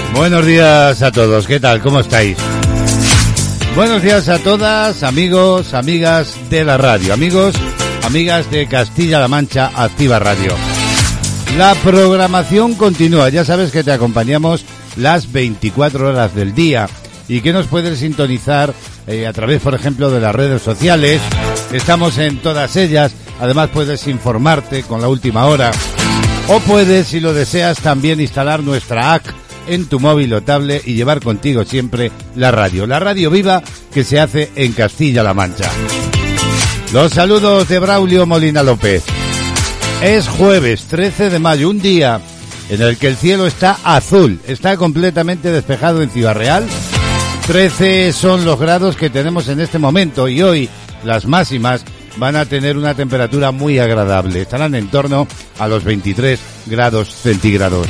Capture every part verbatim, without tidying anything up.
Buenos días a todos, ¿qué tal? ¿Cómo estáis? Buenos días a todas, amigos, amigas de la radio, amigos, amigas de Castilla-La Mancha Activa Radio. La programación continúa, ya sabes que te acompañamos las veinticuatro horas del día y que nos puedes sintonizar eh, a través, por ejemplo, de las redes sociales. Estamos en todas ellas, además puedes informarte con la última hora o puedes, si lo deseas, también instalar nuestra app en tu móvil o tablet y llevar contigo siempre la radio, la radio viva que se hace en Castilla-La Mancha. Los saludos de Braulio Molina López. Es jueves trece de mayo, un día en el que el cielo está azul, está completamente despejado en Ciudad Real. trece son los grados que tenemos en este momento y hoy las máximas van a tener una temperatura muy agradable, estarán en torno a los veintitrés grados centígrados.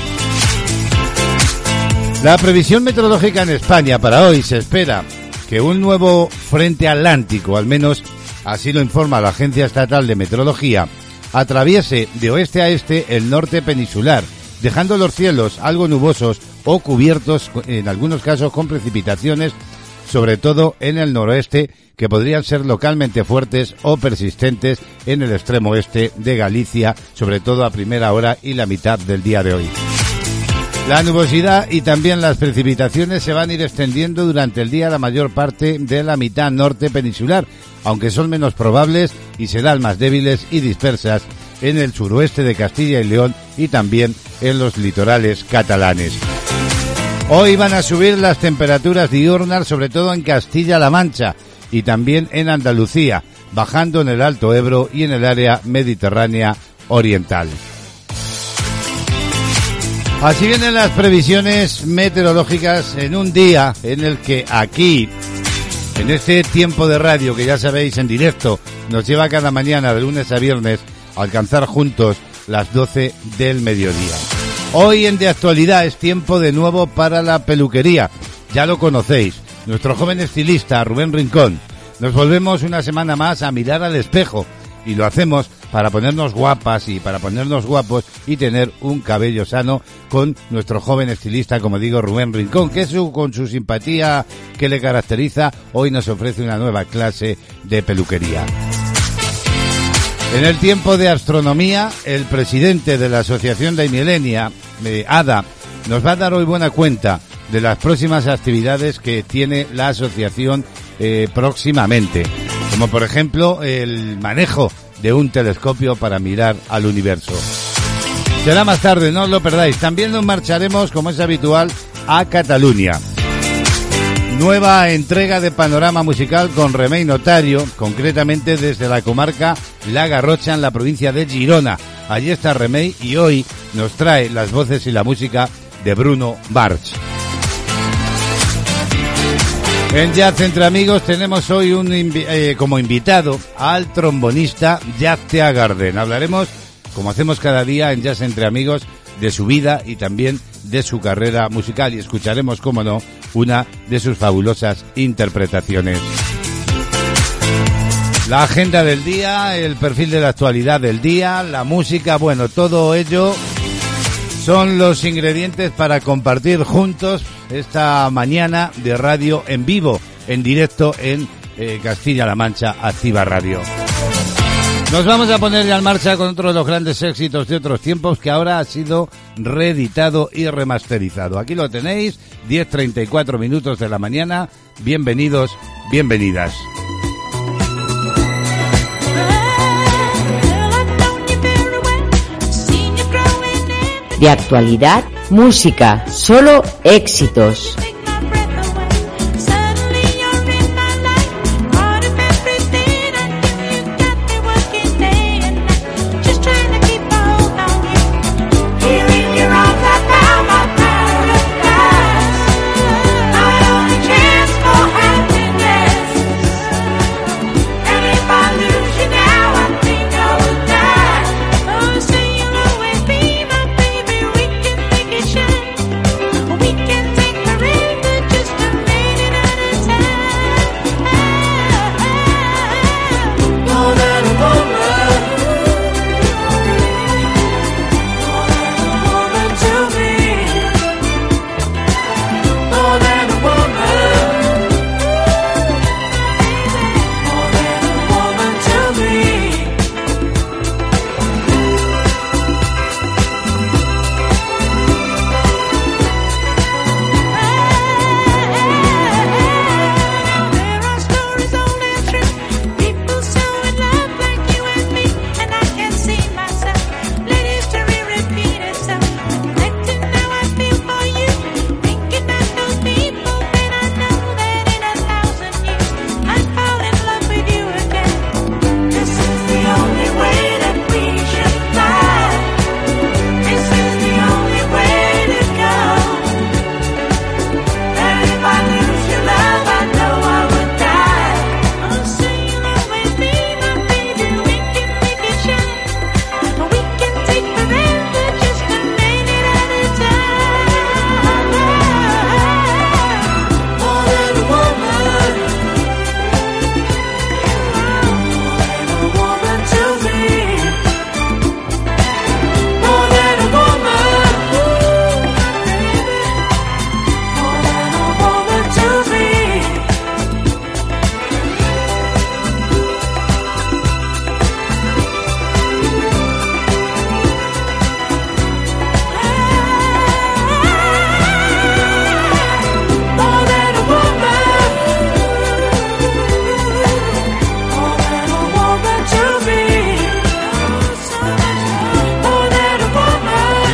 La previsión meteorológica en España para hoy se espera que un nuevo frente atlántico, al menos así lo informa la Agencia Estatal de Meteorología, atraviese de oeste a este el norte peninsular, dejando los cielos algo nubosos o cubiertos, en algunos casos con precipitaciones, sobre todo en el noroeste, que podrían ser localmente fuertes o persistentes en el extremo oeste de Galicia, sobre todo a primera hora y la mitad del día de hoy. La nubosidad y también las precipitaciones se van a ir extendiendo durante el día a la mayor parte de la mitad norte peninsular, aunque son menos probables y serán más débiles y dispersas en el suroeste de Castilla y León y también en los litorales catalanes. Hoy van a subir las temperaturas diurnas, sobre todo en Castilla-La Mancha y también en Andalucía, bajando en el Alto Ebro y en el área mediterránea oriental. Así vienen las previsiones meteorológicas en un día en el que aquí, en este tiempo de radio que ya sabéis en directo, nos lleva cada mañana de lunes a viernes a alcanzar juntos las doce del mediodía. Hoy en De Actualidad es tiempo de nuevo para la peluquería, ya lo conocéis, nuestro joven estilista Rubén Rincón. Nos volvemos una semana más a mirar al espejo y lo hacemos para ponernos guapas y para ponernos guapos y tener un cabello sano con nuestro joven estilista, como digo, Rubén Rincón, que su, con su simpatía que le caracteriza, hoy nos ofrece una nueva clase de peluquería. En el tiempo de astronomía, el presidente de la Asociación de Milenia, eh, ADA, nos va a dar hoy buena cuenta de las próximas actividades que tiene la asociación eh, próximamente, como por ejemplo el manejo de un telescopio para mirar al universo. Será más tarde, no os lo perdáis. También nos marcharemos, como es habitual, a Cataluña. Nueva entrega de panorama musical con Remei Notario, concretamente desde la comarca La Garrocha, en la provincia de Girona. Allí está Remei y hoy nos trae las voces y la música de Bruno Barch. En Jazz Entre Amigos tenemos hoy un invi- eh, como invitado al trombonista Jack Teagarden. Hablaremos, como hacemos cada día en Jazz Entre Amigos, de su vida y también de su carrera musical y escucharemos, como no, una de sus fabulosas interpretaciones. La agenda del día, el perfil de la actualidad del día, la música, bueno, todo ello son los ingredientes para compartir juntos esta mañana de radio en vivo, en directo en eh, Castilla-La Mancha Activa Radio. Nos vamos a poner ya en marcha con otro de los grandes éxitos de otros tiempos que ahora ha sido reeditado y remasterizado. Aquí lo tenéis, diez treinta y cuatro minutos de la mañana. Bienvenidos, bienvenidas. De actualidad, música, solo éxitos. We can take the risk.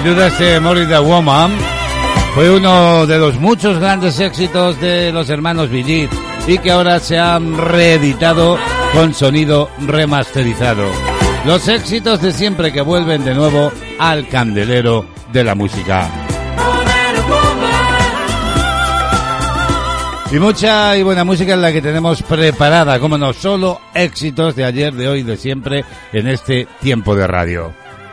duda, este Molly the Woman fue uno de los muchos grandes éxitos de los hermanos Billy y que ahora se han reeditado con sonido remasterizado. Los éxitos de siempre que vuelven de nuevo al candelero de la música. Y mucha y buena música es la que tenemos preparada, como no, solo éxitos de ayer, de hoy, de siempre, en este tiempo de radio.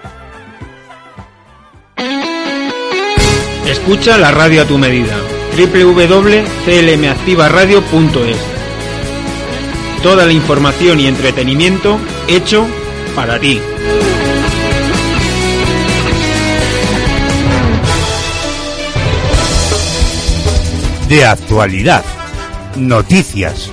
Escucha la radio a tu medida. doble u doble u doble u punto c l m activa radio punto es. Toda la información y entretenimiento hecho para ti. De actualidad, noticias.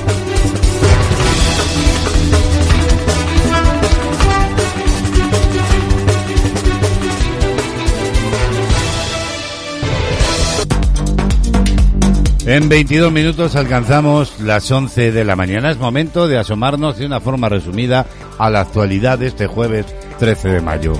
En veintidós minutos alcanzamos las once de la mañana. Es momento de asomarnos de una forma resumida a la actualidad de este jueves trece de mayo.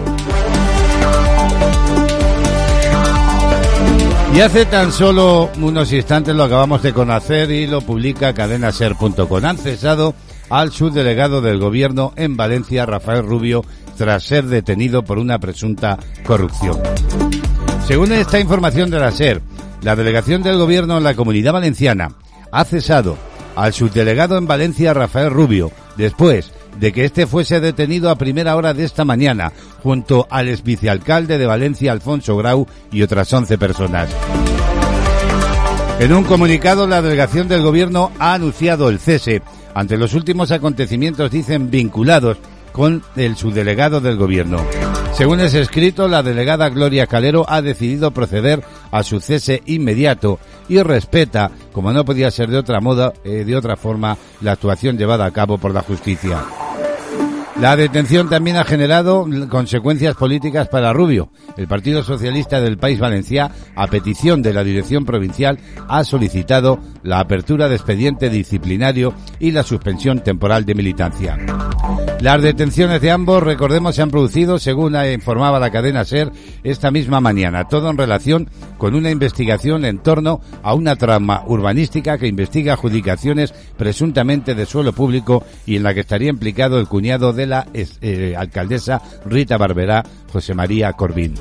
Y hace tan solo unos instantes lo acabamos de conocer y lo publica cadena ser punto com. Han cesado al subdelegado del gobierno en Valencia, Rafael Rubio, tras ser detenido por una presunta corrupción. Según esta información de la SER, la delegación del gobierno en la Comunidad Valenciana ha cesado al subdelegado en Valencia, Rafael Rubio, después de que este fuese detenido a primera hora de esta mañana, junto al exvicealcalde de Valencia, Alfonso Grau, y otras once personas. En un comunicado, la delegación del gobierno ha anunciado el cese ante los últimos acontecimientos, dicen, vinculados con el subdelegado del gobierno. Según ese escrito, la delegada Gloria Calero ha decidido proceder a su cese inmediato y respeta, como no podía ser de otra moda, eh, de otra forma, la actuación llevada a cabo por la justicia. La detención también ha generado consecuencias políticas para Rubio. El Partido Socialista del País Valencià, a petición de la dirección provincial, ha solicitado la apertura de expediente disciplinario y la suspensión temporal de militancia. Las detenciones de ambos, recordemos, se han producido, según informaba la cadena SER, esta misma mañana, todo en relación con una investigación en torno a una trama urbanística que investiga adjudicaciones presuntamente de suelo público y en la que estaría implicado el cuñado de la eh, alcaldesa Rita Barberá, José María Corbín.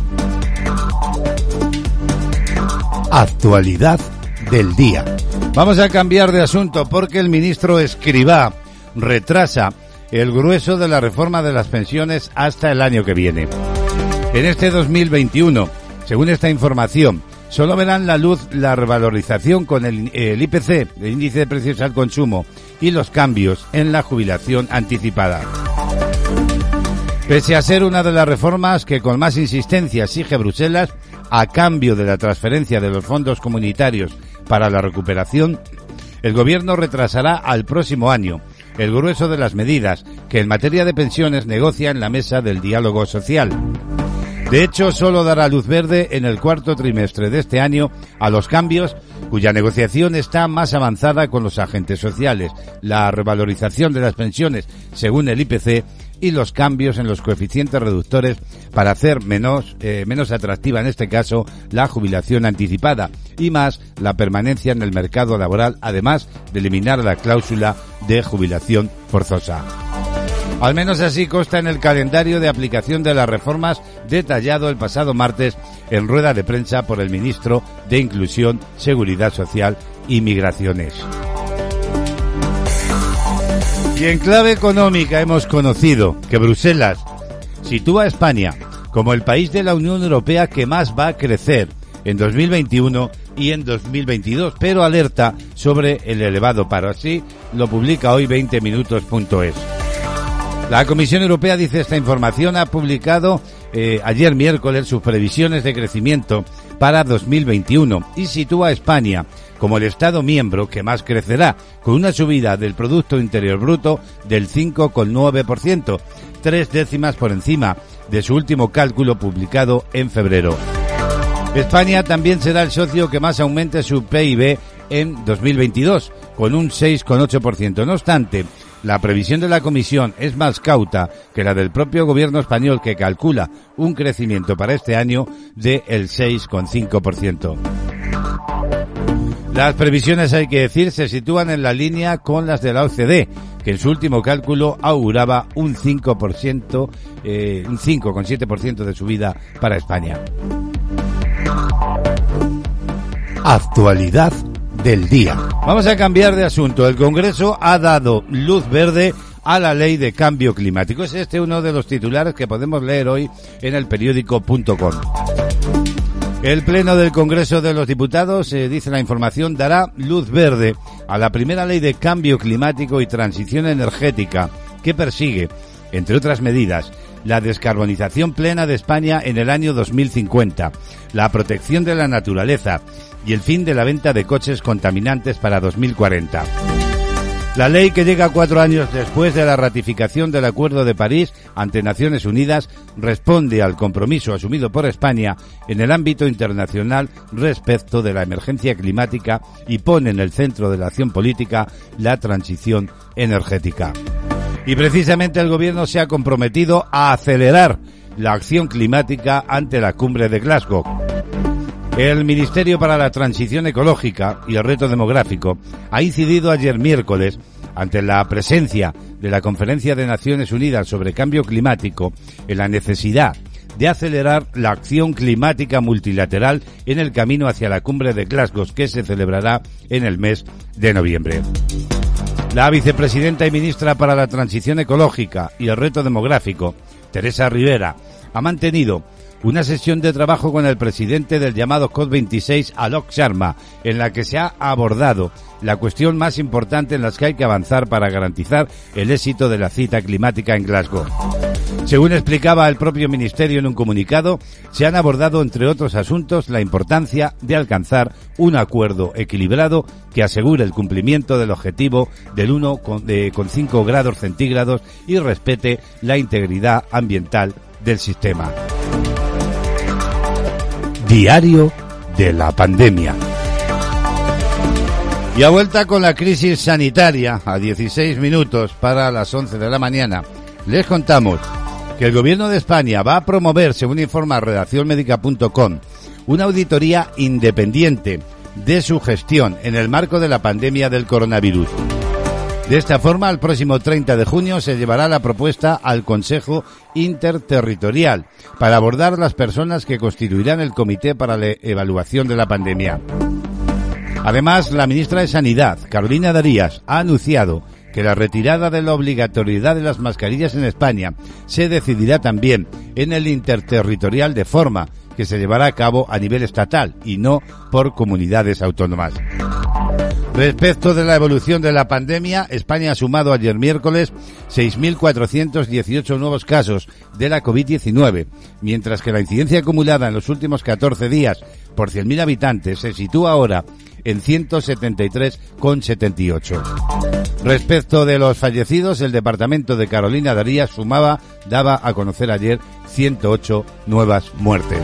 Actualidad del día. Vamos a cambiar de asunto porque el ministro Escrivá retrasa el grueso de la reforma de las pensiones hasta el año que viene. En este dos mil veintiuno, según esta información, solo verán la luz la revalorización con el, el I P C, el índice de precios al consumo, y los cambios en la jubilación anticipada. Pese a ser una de las reformas que con más insistencia exige Bruselas, a cambio de la transferencia de los fondos comunitarios para la recuperación, el gobierno retrasará al próximo año el grueso de las medidas que en materia de pensiones negocia en la mesa del diálogo social. De hecho, solo dará luz verde en el cuarto trimestre de este año a los cambios cuya negociación está más avanzada con los agentes sociales, la revalorización de las pensiones según el I P C y los cambios en los coeficientes reductores para hacer menos, eh, menos atractiva en este caso la jubilación anticipada y más la permanencia en el mercado laboral, además de eliminar la cláusula de jubilación forzosa. Al menos así consta en el calendario de aplicación de las reformas detallado el pasado martes en rueda de prensa por el ministro de Inclusión, Seguridad Social y Migraciones. Y en clave económica hemos conocido que Bruselas sitúa a España como el país de la Unión Europea que más va a crecer en dos mil veintiuno y en dos mil veintidós, pero alerta sobre el elevado paro. Así lo publica hoy veinte minutos punto es. La Comisión Europea, dice esta información, ha publicado eh, ayer miércoles sus previsiones de crecimiento para dos mil veintiuno y sitúa a España como el Estado miembro que más crecerá, con una subida del Producto Interior Bruto del cinco coma nueve por ciento, tres décimas por encima de su último cálculo publicado en febrero. España también será el socio que más aumente su P I B en dos mil veintidós, con un seis coma ocho por ciento. No obstante, La previsión de la Comisión es más cauta que la del propio gobierno español, que calcula un crecimiento para este año de el seis coma cinco por ciento. Las previsiones, hay que decir, se sitúan en la línea con las de la O C D, que en su último cálculo auguraba un cinco por ciento, eh, un cinco coma siete por ciento de subida para España. Actualidad del día. Vamos a cambiar de asunto. El Congreso ha dado luz verde a la ley de cambio climático. Es este uno de los titulares que podemos leer hoy en el periódico punto com. El Pleno del Congreso de los Diputados, eh, dice la información, dará luz verde a la primera ley de cambio climático y transición energética que persigue, entre otras medidas, la descarbonización plena de España en el año dos mil cincuenta, la protección de la naturaleza y el fin de la venta de coches contaminantes para dos mil cuarenta. La ley, que llega cuatro años después de la ratificación del Acuerdo de París ante Naciones Unidas, responde al compromiso asumido por España en el ámbito internacional respecto de la emergencia climática y pone en el centro de la acción política la transición energética. Y precisamente el Gobierno se ha comprometido a acelerar la acción climática ante la cumbre de Glasgow. El Ministerio para la Transición Ecológica y el Reto Demográfico ha incidido ayer miércoles, ante la presencia de la Conferencia de Naciones Unidas sobre Cambio Climático, en la necesidad de acelerar la acción climática multilateral en el camino hacia la cumbre de Glasgow, que se celebrará en el mes de noviembre. La vicepresidenta y ministra para la Transición Ecológica y el Reto Demográfico, Teresa Rivera, ha mantenido una sesión de trabajo con el presidente del llamado COP veintiséis, Alok Sharma, en la que se ha abordado la cuestión más importante en la que hay que avanzar para garantizar el éxito de la cita climática en Glasgow. Según explicaba el propio ministerio en un comunicado, se han abordado, entre otros asuntos, la importancia de alcanzar un acuerdo equilibrado que asegure el cumplimiento del objetivo del uno coma cinco grados centígrados y respete la integridad ambiental del sistema. Diario de la pandemia. Y a vuelta con la crisis sanitaria, a dieciséis minutos para las once de la mañana, les contamos que el Gobierno de España va a promover, según informa redacción médica punto com, una auditoría independiente de su gestión en el marco de la pandemia del coronavirus. De esta forma, el próximo treinta de junio se llevará la propuesta al Consejo Interterritorial para abordar las personas que constituirán el comité para la evaluación de la pandemia. Además, la ministra de Sanidad, Carolina Darias, ha anunciado que la retirada de la obligatoriedad de las mascarillas en España se decidirá también en el Interterritorial, de forma que se llevará a cabo a nivel estatal y no por comunidades autónomas. Respecto de la evolución de la pandemia, España ha sumado ayer miércoles seis mil cuatrocientos dieciocho nuevos casos de la COVID diecinueve, mientras que la incidencia acumulada en los últimos catorce días por cien mil habitantes se sitúa ahora en ciento setenta y tres coma setenta y ocho. Respecto de los fallecidos, el departamento de Carolina Darias sumaba, daba a conocer ayer ciento ocho nuevas muertes.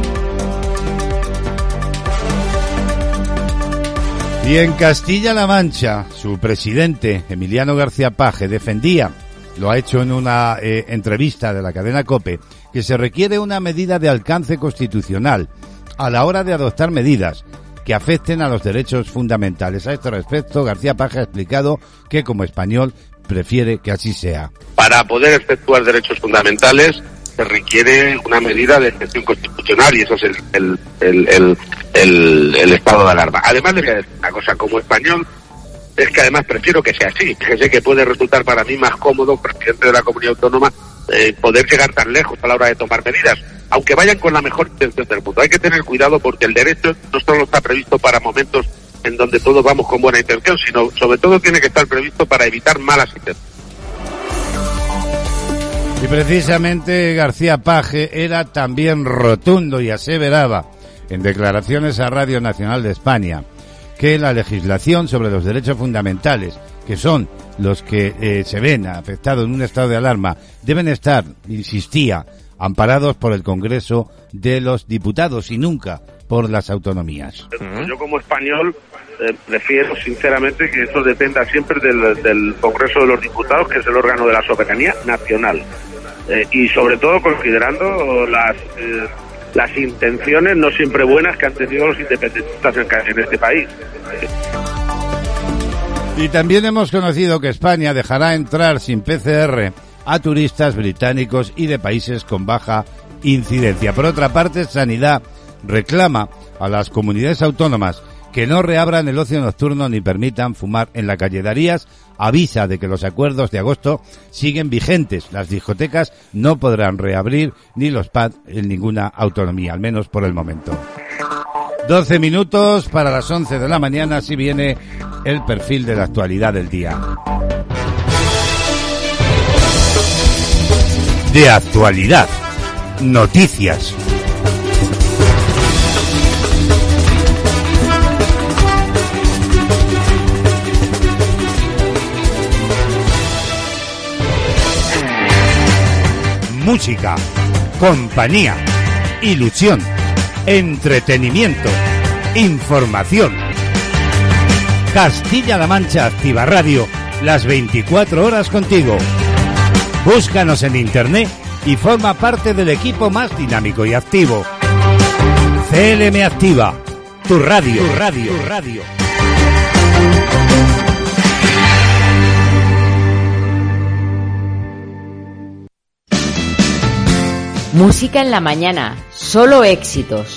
Y en Castilla-La Mancha, su presidente, Emiliano García Paje, defendía, lo ha hecho en una eh, entrevista de la cadena COPE, que se requiere una medida de alcance constitucional a la hora de adoptar medidas que afecten a los derechos fundamentales. A este respecto, García Paje ha explicado que, como español, prefiere que así sea. Para poder efectuar derechos fundamentales se requiere una medida de excepción constitucional y eso es el, el, el, el, el, el estado de alarma. Además, le voy a decir una cosa, como español, es que además prefiero que sea así, que sé que puede resultar para mí más cómodo, presidente de la comunidad autónoma, eh, poder llegar tan lejos a la hora de tomar medidas, aunque vayan con la mejor intención del mundo. Hay que tener cuidado porque el derecho no solo está previsto para momentos en donde todos vamos con buena intención, sino sobre todo tiene que estar previsto para evitar malas intenciones. Y precisamente García Paje era también rotundo y aseveraba en declaraciones a Radio Nacional de España que la legislación sobre los derechos fundamentales, que son los que eh, se ven afectados en un estado de alarma, deben estar, insistía, amparados por el Congreso de los Diputados y nunca por las autonomías. Yo como español eh, prefiero sinceramente que eso dependa siempre del, del Congreso de los Diputados, que es el órgano de la soberanía nacional. Eh, y sobre todo considerando las eh, las intenciones no siempre buenas que han tenido los independentistas en, en este país. Y también hemos conocido que España dejará entrar sin P C R a turistas británicos y de países con baja incidencia. Por otra parte, Sanidad reclama a las comunidades autónomas que no reabran el ocio nocturno ni permitan fumar en la calle. Darías avisa de que los acuerdos de agosto siguen vigentes. Las discotecas no podrán reabrir ni los pubs en ninguna autonomía, al menos por el momento. doce minutos para las once de la mañana, así viene el perfil de la actualidad del día. De actualidad, noticias. Música, compañía, ilusión, entretenimiento, información. Castilla-La Mancha Activa Radio, las veinticuatro horas contigo. Búscanos en internet y forma parte del equipo más dinámico y activo. C L M Activa, tu radio, tu radio, tu radio. Música en la mañana, solo éxitos.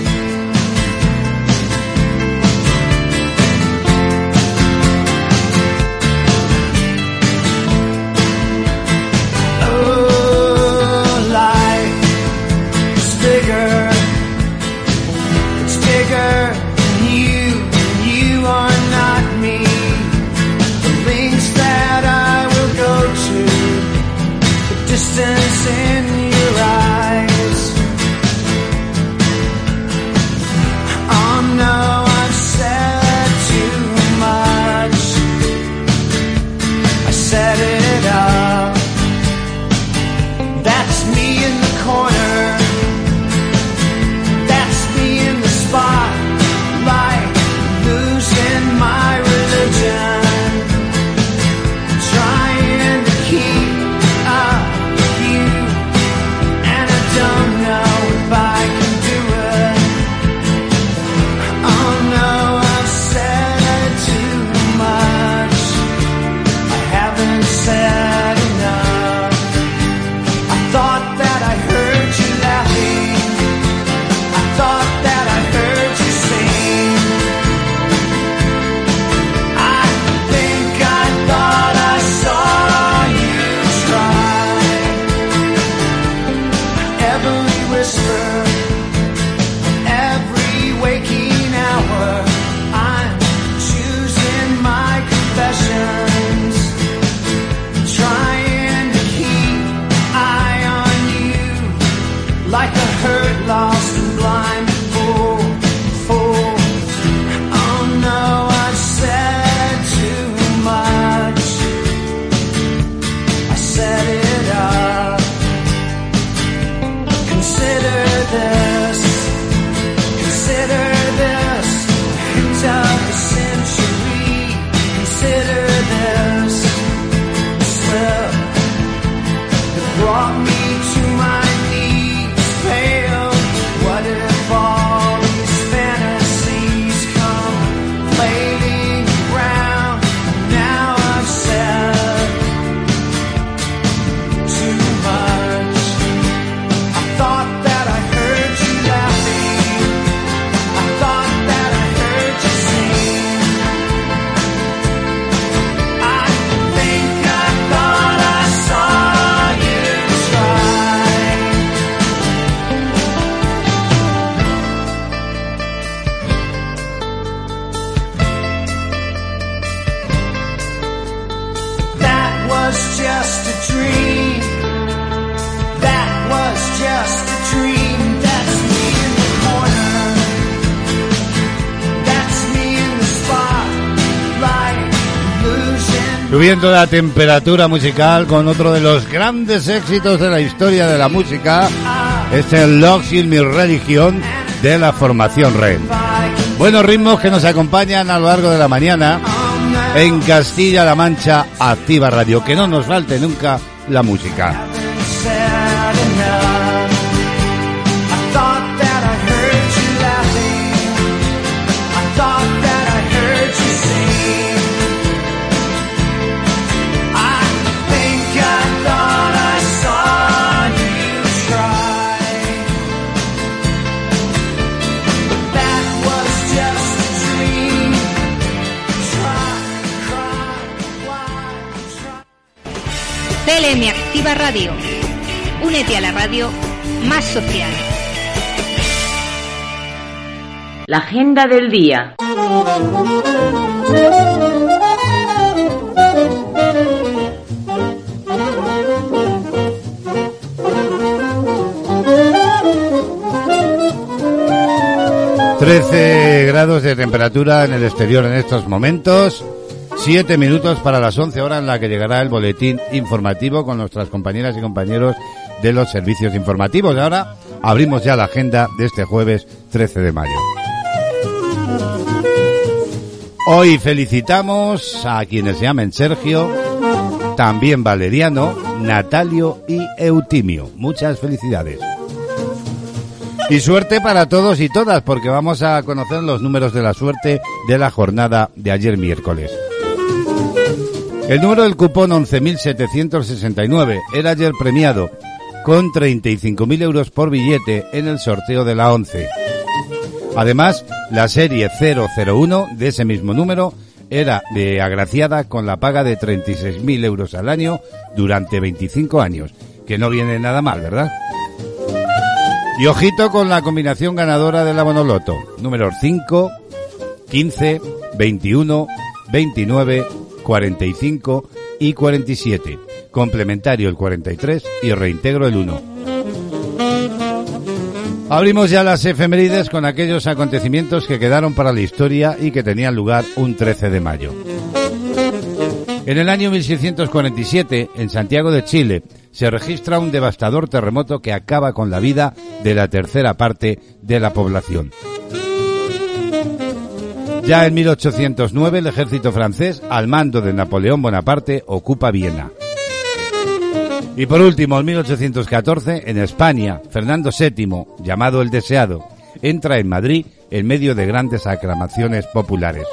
Subiendo la temperatura musical con otro de los grandes éxitos de la historia de la música, es el Lost in My Religion de la formación Ren. Buenos ritmos que nos acompañan a lo largo de la mañana en Castilla-La Mancha Activa Radio. Que no nos falte nunca la música. C L M Activa Radio. Únete a la radio más social. La agenda del día. trece grados de temperatura en el exterior en estos momentos. Siete minutos para las once horas en la que llegará el boletín informativo con nuestras compañeras y compañeros de los servicios informativos. Y ahora abrimos ya la agenda de este jueves trece de mayo. Hoy felicitamos a quienes se llamen Sergio, también Valeriano, Natalio y Eutimio. Muchas felicidades. Y suerte para todos y todas, porque vamos a conocer los números de la suerte de la jornada de ayer miércoles. El número del cupón once mil setecientos sesenta y nueve era ayer premiado con treinta y cinco mil euros por billete en el sorteo de la once. Además, la serie cero cero uno de ese mismo número era de agraciada con la paga de treinta y seis mil euros al año durante veinticinco años, que no viene nada mal, ¿verdad? Y ojito con la combinación ganadora de la Bonoloto, números cinco, quince, veintiuno, veintinueve, cuarenta y cinco y cuarenta y siete, complementario el cuarenta y tres y reintegro el uno. Abrimos ya las efemérides con aquellos acontecimientos que quedaron para la historia y que tenían lugar un trece de mayo. En el año mil seiscientos cuarenta y siete, en Santiago de Chile, se registra un devastador terremoto que acaba con la vida de la tercera parte de la población. Ya en mil ochocientos nueve, el ejército francés, al mando de Napoleón Bonaparte, ocupa Viena. Y por último, en mil ochocientos catorce, en España, Fernando séptimo, llamado el Deseado, entra en Madrid en medio de grandes aclamaciones populares.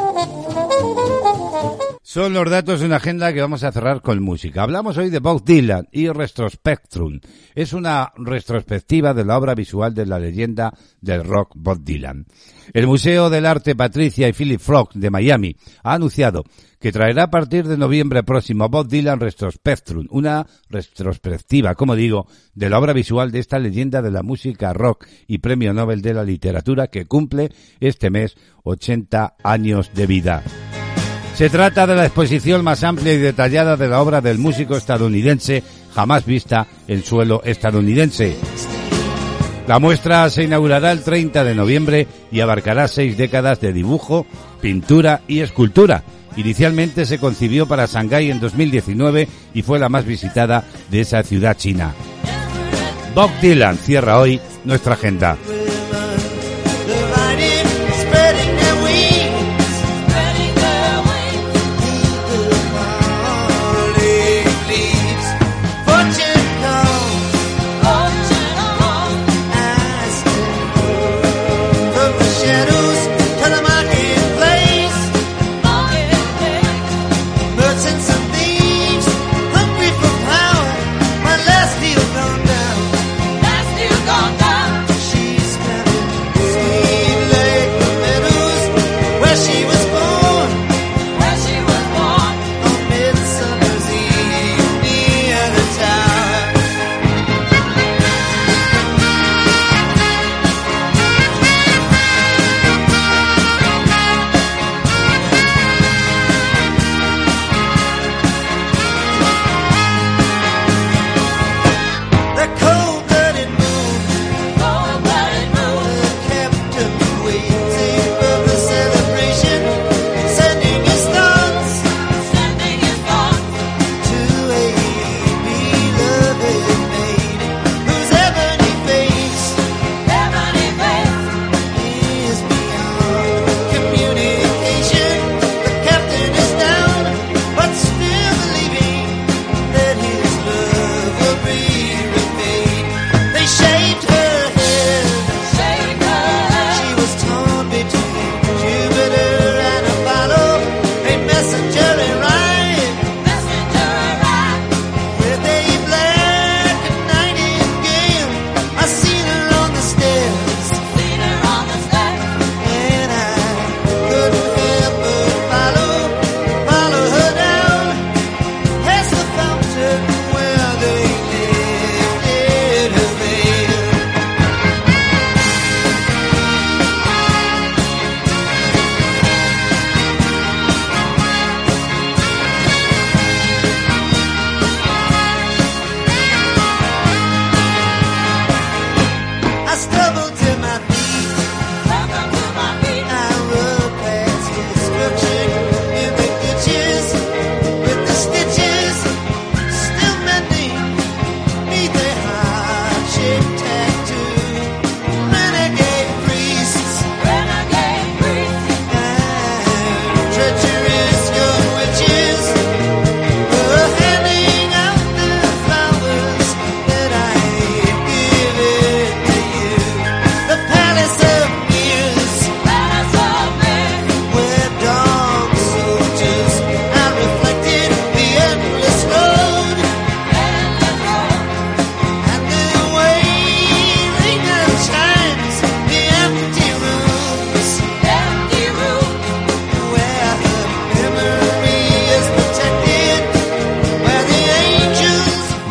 Son los datos de una agenda que vamos a cerrar con música. Hablamos hoy de Bob Dylan y Retrospectrum. Es una retrospectiva de la obra visual de la leyenda del rock Bob Dylan. El Museo del Arte Patricia y Philip Frog de Miami ha anunciado que traerá a partir de noviembre próximo Bob Dylan Retrospectrum, una retrospectiva, como digo, de la obra visual de esta leyenda de la música rock y premio Nobel de la literatura que cumple este mes ochenta años de vida. Se trata de la exposición más amplia y detallada de la obra del músico estadounidense jamás vista en suelo estadounidense. La muestra se inaugurará el treinta de noviembre y abarcará seis décadas de dibujo, pintura y escultura. Inicialmente se concibió para Shanghái en dos mil diecinueve y fue la más visitada de esa ciudad china. Bob Dylan cierra hoy nuestra agenda. She's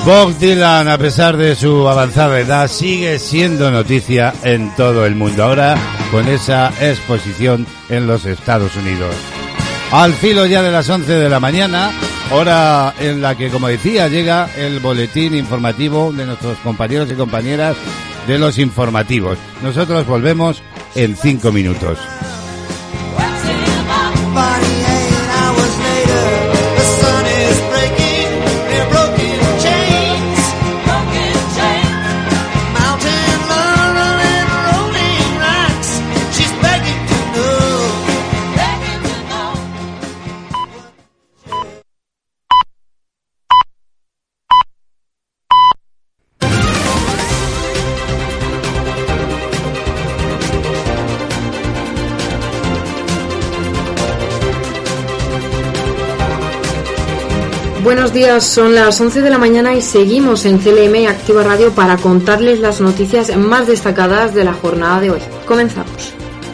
Bob Dylan, a pesar de su avanzada edad, sigue siendo noticia en todo el mundo. Ahora con esa exposición en los Estados Unidos. Al filo ya de las once de la mañana, hora en la que, como decía, llega el boletín informativo de nuestros compañeros y compañeras de los informativos. Nosotros volvemos en cinco minutos. Buenos días, son las once de la mañana y seguimos en C L M Activa Radio para contarles las noticias más destacadas de la jornada de hoy. Comenzamos.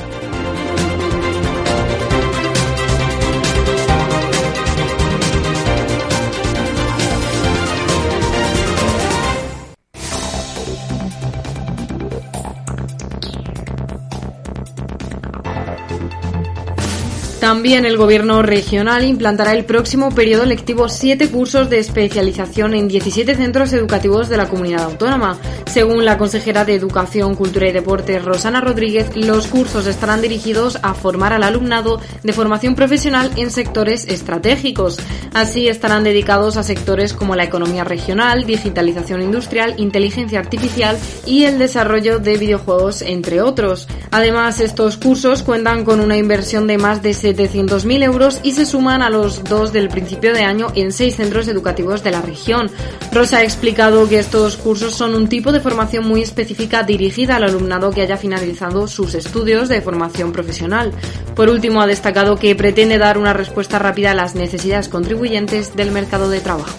También el Gobierno regional implantará el próximo periodo lectivo siete cursos de especialización en diecisiete centros educativos de la comunidad autónoma. Según la consejera de Educación, Cultura y Deportes, Rosana Rodríguez, los cursos estarán dirigidos a formar al alumnado de formación profesional en sectores estratégicos. Así estarán dedicados a sectores como la economía regional, digitalización industrial, inteligencia artificial y el desarrollo de videojuegos, entre otros. Además, estos cursos cuentan con una inversión de más de setecientos mil euros y se suman a los dos del principio de año en seis centros educativos de la región. Rosa ha explicado que estos cursos son un tipo de formación muy específica dirigida al alumnado que haya finalizado sus estudios de formación profesional. Por último, ha destacado que pretende dar una respuesta rápida a las necesidades contribuyentes del mercado de trabajo.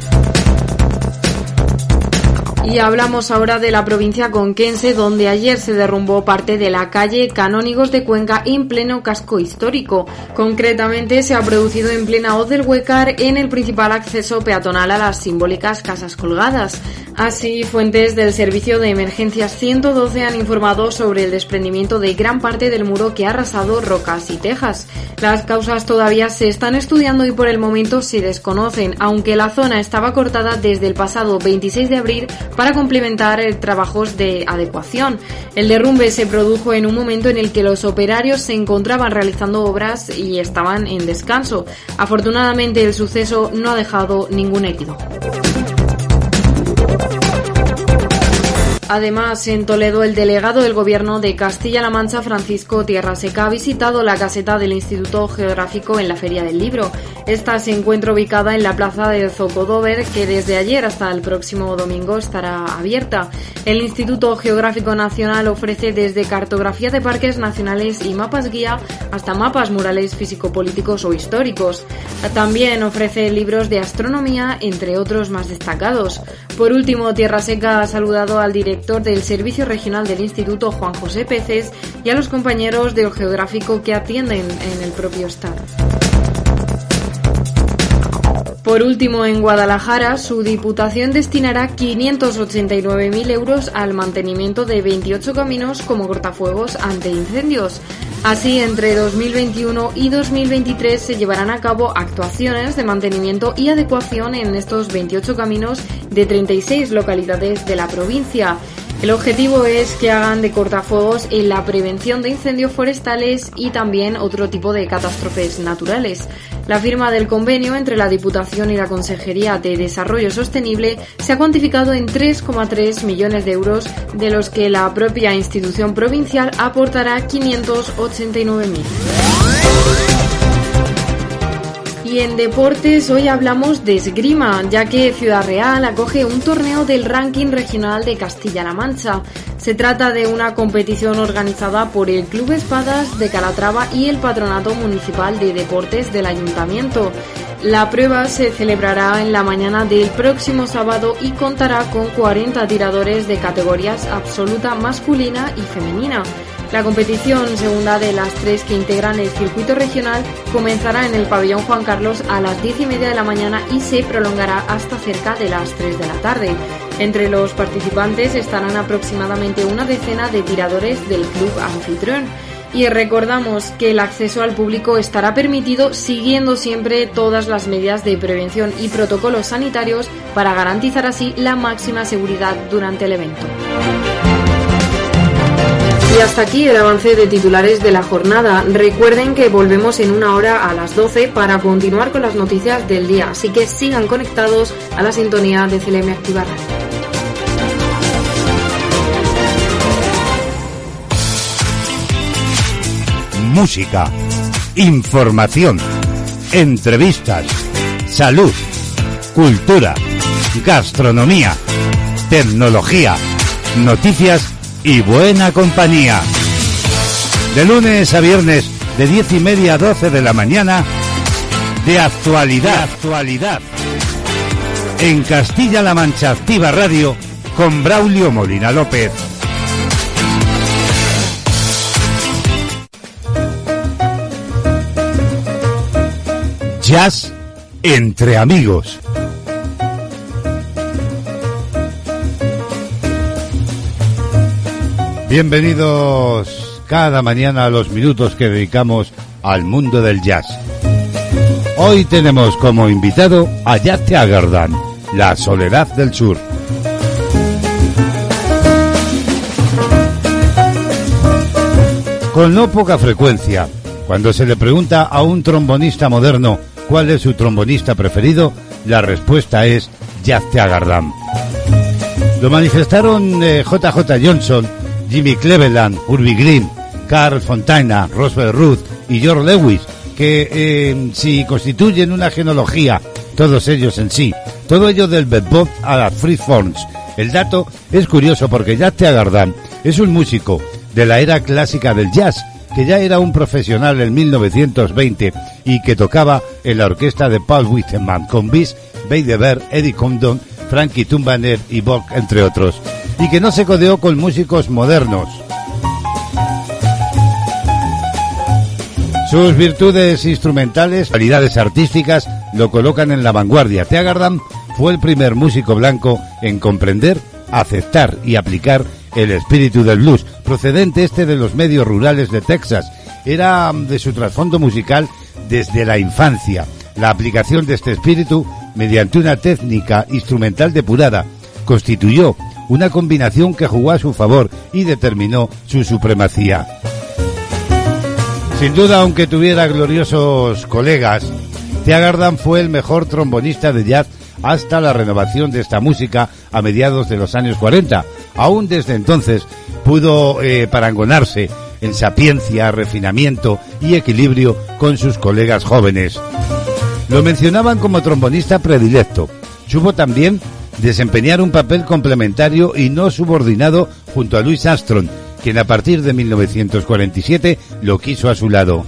Y hablamos ahora de la provincia conquense, donde ayer se derrumbó parte de la calle Canónigos de Cuenca en pleno casco histórico. Concretamente se ha producido en plena hoz del Huécar, en el principal acceso peatonal a las simbólicas Casas Colgadas. Así, fuentes del Servicio de Emergencias ciento doce han informado sobre el desprendimiento de gran parte del muro que ha arrasado rocas y tejas. Las causas todavía se están estudiando y por el momento se desconocen, aunque la zona estaba cortada desde el pasado veintiséis de abril para complementar trabajos de adecuación. El derrumbe se produjo en un momento en el que los operarios se encontraban realizando obras y estaban en descanso. Afortunadamente, el suceso no ha dejado ningún herido. Además, en Toledo, el delegado del Gobierno de Castilla-La Mancha, Francisco Tierraseca, ha visitado la caseta del Instituto Geográfico en la Feria del Libro. Esta se encuentra ubicada en la plaza de Zocodover, que desde ayer hasta el próximo domingo estará abierta. El Instituto Geográfico Nacional ofrece desde cartografía de parques nacionales y mapas guía hasta mapas murales físico-políticos o históricos. También ofrece libros de astronomía, entre otros más destacados. Por último, Tierraseca ha saludado al director del Servicio Regional del Instituto, Juan José Peces, y a los compañeros del Geográfico que atienden en el propio estado. Por último, en Guadalajara, su Diputación destinará quinientos ochenta y nueve mil euros al mantenimiento de veintiocho caminos como cortafuegos ante incendios. Así, entre dos mil veintiuno y dos mil veintitrés se llevarán a cabo actuaciones de mantenimiento y adecuación en estos veintiocho caminos de treinta y seis localidades de la provincia. El objetivo es que hagan de cortafuegos en la prevención de incendios forestales y también otro tipo de catástrofes naturales. La firma del convenio entre la Diputación y la Consejería de Desarrollo Sostenible se ha cuantificado en tres coma tres millones de euros, de los que la propia institución provincial aportará quinientos ochenta y nueve mil. Y en deportes hoy hablamos de esgrima, ya que Ciudad Real acoge un torneo del ranking regional de Castilla-La Mancha. Se trata de una competición organizada por el Club Espadas de Calatrava y el Patronato Municipal de Deportes del Ayuntamiento. La prueba se celebrará en la mañana del próximo sábado y contará con cuarenta tiradores de categorías absoluta masculina y femenina. La competición, segunda de las tres que integran el circuito regional, comenzará en el pabellón Juan Carlos a las diez y media de la mañana y se prolongará hasta cerca de las tres de la tarde. Entre los participantes estarán aproximadamente una decena de tiradores del club anfitrión. Y recordamos que el acceso al público estará permitido siguiendo siempre todas las medidas de prevención y protocolos sanitarios para garantizar así la máxima seguridad durante el evento. Y hasta aquí el avance de titulares de la jornada. Recuerden que volvemos en una hora a las doce para continuar con las noticias del día, así que sigan conectados a la sintonía de C L M Activa Radio. Música, información, entrevistas, salud, cultura, gastronomía, tecnología, noticias y buena compañía. De lunes a viernes, de diez y media a doce de la mañana, de actualidad, actualidad. En Castilla-La Mancha Activa Radio, con Braulio Molina López. Jazz entre amigos. Bienvenidos cada mañana a los minutos que dedicamos al mundo del jazz. Hoy tenemos como invitado a Jack Teagarden, La Soledad del Sur. Con no poca frecuencia, cuando se le pregunta a un trombonista moderno cuál es su trombonista preferido, la respuesta es Jack Teagarden. Lo manifestaron eh, J J Johnson, Jimmy Cleveland, Urbie Green, Carl Fontana, Roswell Ruth y George Lewis, que eh, si constituyen una genealogía, todos ellos en sí, todo ello del bebop a las free forms. El dato es curioso porque Jack Teagarden es un músico de la era clásica del jazz, que ya era un profesional en mil novecientos veinte y que tocaba en la orquesta de Paul Whiteman con Bis, Beiderbecke, Eddie Condon, Frankie Tumbaner y Bock, entre otros, y que no se codeó con músicos modernos. Sus virtudes instrumentales, cualidades artísticas, lo colocan en la vanguardia. Teagarden fue el primer músico blanco en comprender, aceptar y aplicar el espíritu del blues, procedente este de los medios rurales de Texas. Era de su trasfondo musical desde la infancia. La aplicación de este espíritu, mediante una técnica instrumental depurada, constituyó una combinación que jugó a su favor y determinó su supremacía. Sin duda, aunque tuviera gloriosos colegas, Teagarden fue el mejor trombonista de jazz hasta la renovación de esta música a mediados de los años cuarenta. Aún desde entonces pudo eh, parangonarse en sapiencia, refinamiento y equilibrio con sus colegas jóvenes. Lo mencionaban como trombonista predilecto. Supo también desempeñar un papel complementario y no subordinado junto a Louis Armstrong, quien a partir de mil novecientos cuarenta y siete lo quiso a su lado.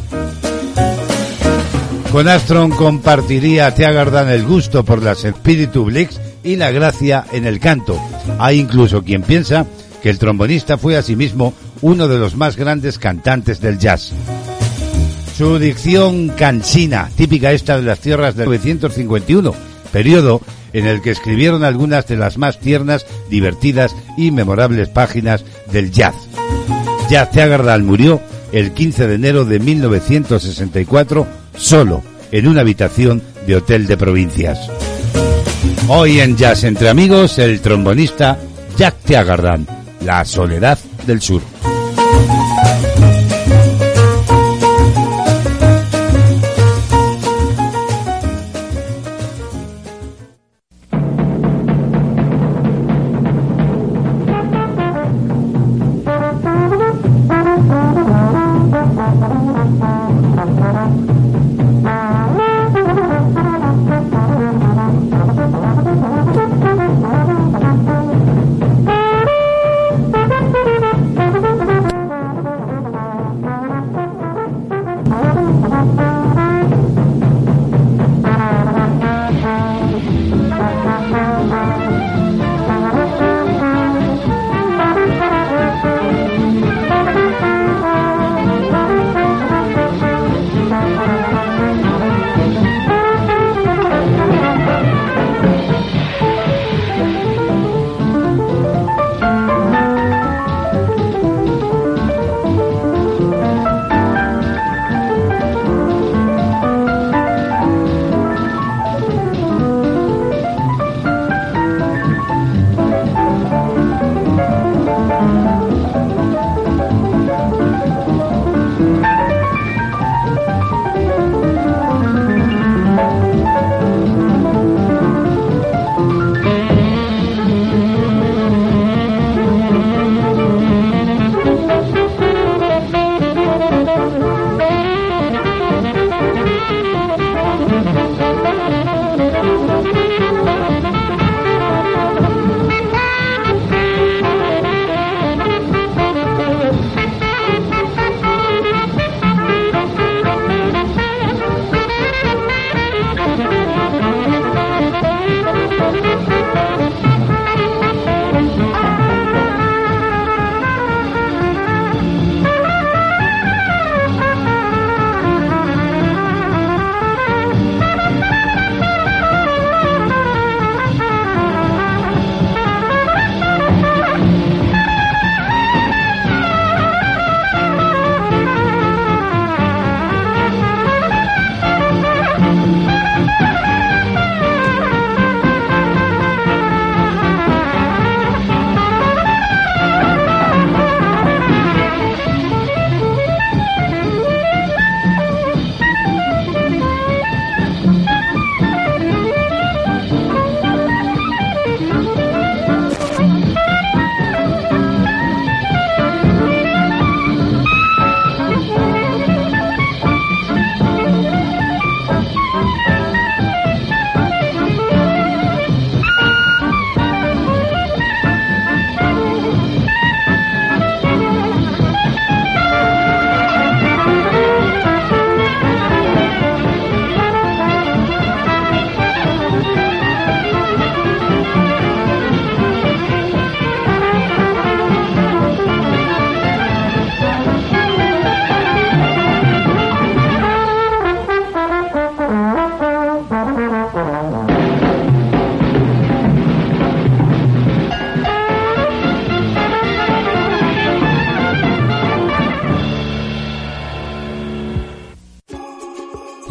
Con Armstrong compartiría Teagarden el gusto por las espíritu blues y la gracia en el canto. Hay incluso quien piensa que el trombonista fue asimismo uno de los más grandes cantantes del jazz. Su dicción cansina, típica esta de las tierras de mil novecientos cincuenta y uno, periodo en el que escribieron algunas de las más tiernas, divertidas y memorables páginas del jazz. Jack Teagarden murió el quince de enero de mil novecientos sesenta y cuatro, solo, en una habitación de hotel de provincias. Hoy en Jazz entre amigos, el trombonista Jack Teagarden, La Soledad del Sur.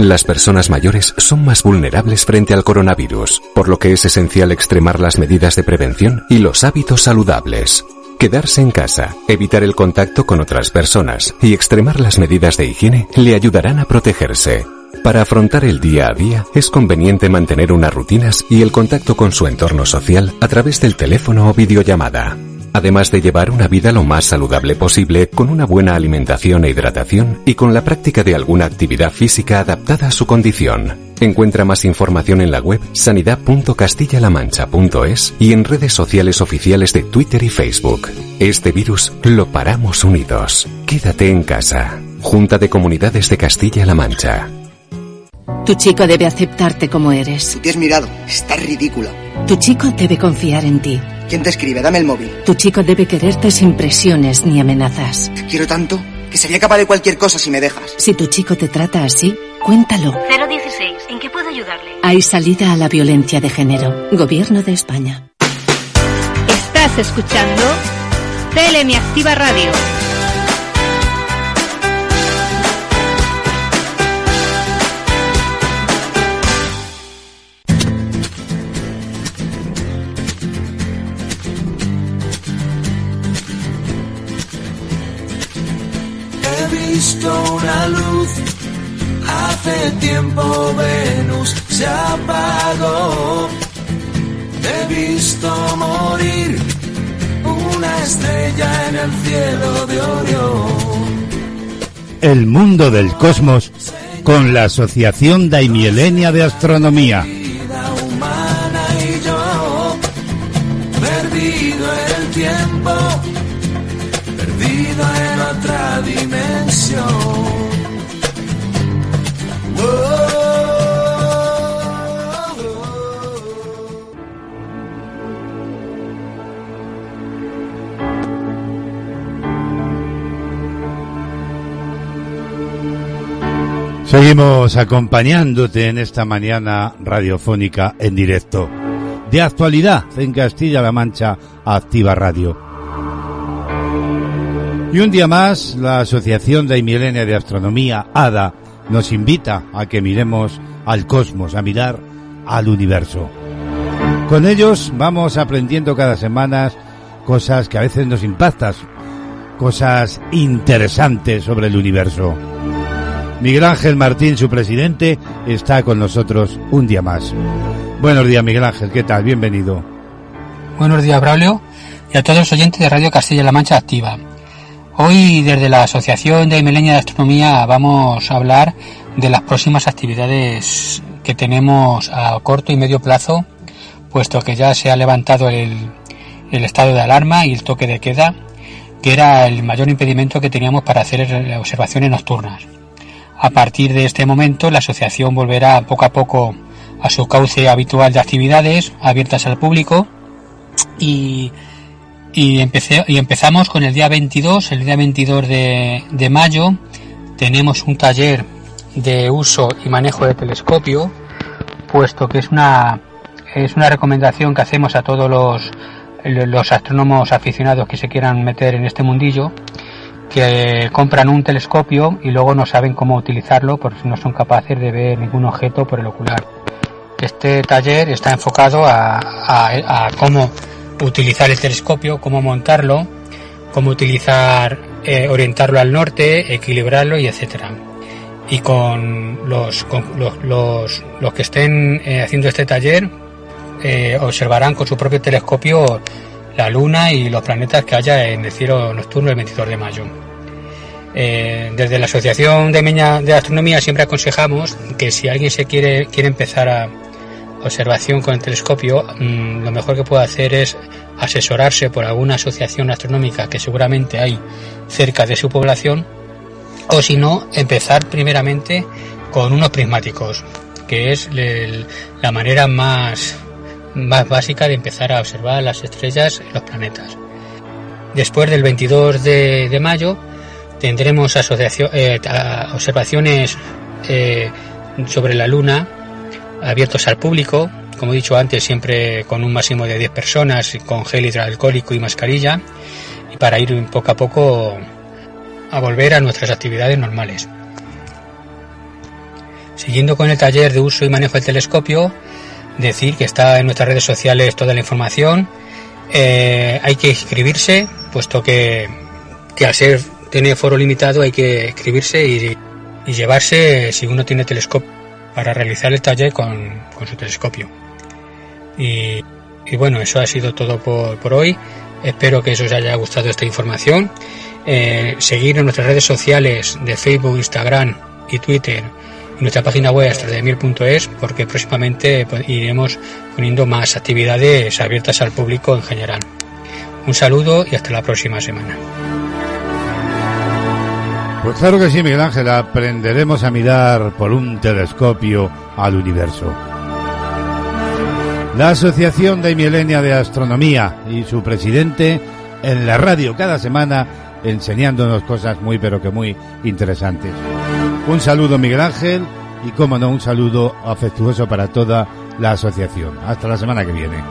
Las personas mayores son más vulnerables frente al coronavirus, por lo que es esencial extremar las medidas de prevención y los hábitos saludables. Quedarse en casa, evitar el contacto con otras personas y extremar las medidas de higiene le ayudarán a protegerse. Para afrontar el día a día, es conveniente mantener unas rutinas y el contacto con su entorno social a través del teléfono o videollamada. Además de llevar una vida lo más saludable posible, con una buena alimentación e hidratación y con la práctica de alguna actividad física adaptada a su condición. Encuentra más información en la web sanidad punto castilla la mancha punto es y en redes sociales oficiales de Twitter y Facebook. Este virus lo paramos unidos. Quédate en casa. Junta de Comunidades de Castilla-La Mancha. Tu chico debe aceptarte como eres. Te has mirado. Estás ridícula. Tu chico debe confiar en ti. ¿Quién te escribe? Dame el móvil. Tu chico debe quererte sin presiones ni amenazas. Te quiero tanto que sería capaz de cualquier cosa si me dejas. Si tu chico te trata así, cuéntalo. cero dieciséis. ¿En qué puedo ayudarle? Hay salida a la violencia de género. Gobierno de España. Estás escuchando C L M Activa Radio. He visto una luz, hace tiempo Venus se apagó. He visto morir una estrella en el cielo de Orión. El mundo del cosmos con la Asociación Daimielenia de Astronomía. Vida humana y yo, perdido en el tiempo, perdido en otra dimensión. Seguimos acompañándote en esta mañana radiofónica en directo. De actualidad en Castilla-La Mancha, Activa Radio. Y un día más, la Asociación Daimielenia de Astronomía, A D A, nos invita a que miremos al cosmos, a mirar al universo. Con ellos vamos aprendiendo cada semana cosas que a veces nos impactan, cosas interesantes sobre el universo. Miguel Ángel Martín, su presidente, está con nosotros un día más. Buenos días, Miguel Ángel, ¿qué tal? Bienvenido. Buenos días, Braulio, y a todos los oyentes de Radio Castilla-La Mancha Activa. Hoy, desde la Asociación Daimielenia de Astronomía, vamos a hablar de las próximas actividades que tenemos a corto y medio plazo, puesto que ya se ha levantado el, el estado de alarma y el toque de queda, que era el mayor impedimento que teníamos para hacer observaciones nocturnas. A partir de este momento, la asociación volverá poco a poco a su cauce habitual de actividades abiertas al público y, y, empecé, y empezamos con el día veintidós, el día veintidós de, de mayo. Tenemos un taller de uso y manejo de telescopio, puesto que es una, es una recomendación que hacemos a todos los, los astrónomos aficionados que se quieran meter en este mundillo, que compran un telescopio y luego no saben cómo utilizarlo porque no son capaces de ver ningún objeto por el ocular. Este taller está enfocado a, a, a cómo utilizar el telescopio, cómo montarlo, cómo utilizar, eh, orientarlo al norte, equilibrarlo y etcétera. Y con los, con los, los, los que estén eh, haciendo este taller eh, observarán con su propio telescopio la luna y los planetas que haya en el cielo nocturno el veintidós de mayo. Eh, desde la Asociación Daimielenia de Astronomía siempre aconsejamos que si alguien se quiere quiere empezar a observación con el telescopio, mmm, lo mejor que puede hacer es asesorarse por alguna asociación astronómica que seguramente hay cerca de su población, o si no, empezar primeramente con unos prismáticos, que es el, la manera más más básica de empezar a observar las estrellas y los planetas. Después del veintidós de, de mayo tendremos asociación, eh, observaciones eh, sobre la luna abiertos al público, como he dicho antes, siempre con un máximo de diez personas, con gel hidroalcohólico y mascarilla, y para ir poco a poco a volver a nuestras actividades normales. Siguiendo con el taller de uso y manejo del telescopio, decir que está en nuestras redes sociales toda la información. Eh, hay que inscribirse, puesto que, que al ser tiene foro limitado hay que inscribirse y, y llevarse, si uno tiene telescopio, para realizar el taller con, con su telescopio. Y, y bueno, eso ha sido todo por, por hoy. Espero que os haya gustado esta información. Eh, seguir en nuestras redes sociales de Facebook, Instagram y Twitter, y nuestra página web astrodemiel punto es, porque próximamente pues, iremos poniendo más actividades abiertas al público en general. Un saludo y hasta la próxima semana. Pues claro que sí, Miguel Ángel, aprenderemos a mirar por un telescopio al universo. La Asociación de Milenia de Astronomía y su presidente en la radio cada semana enseñándonos cosas muy pero que muy interesantes. Un saludo, Miguel Ángel, y cómo no, un saludo afectuoso para toda la asociación. Hasta la semana que viene.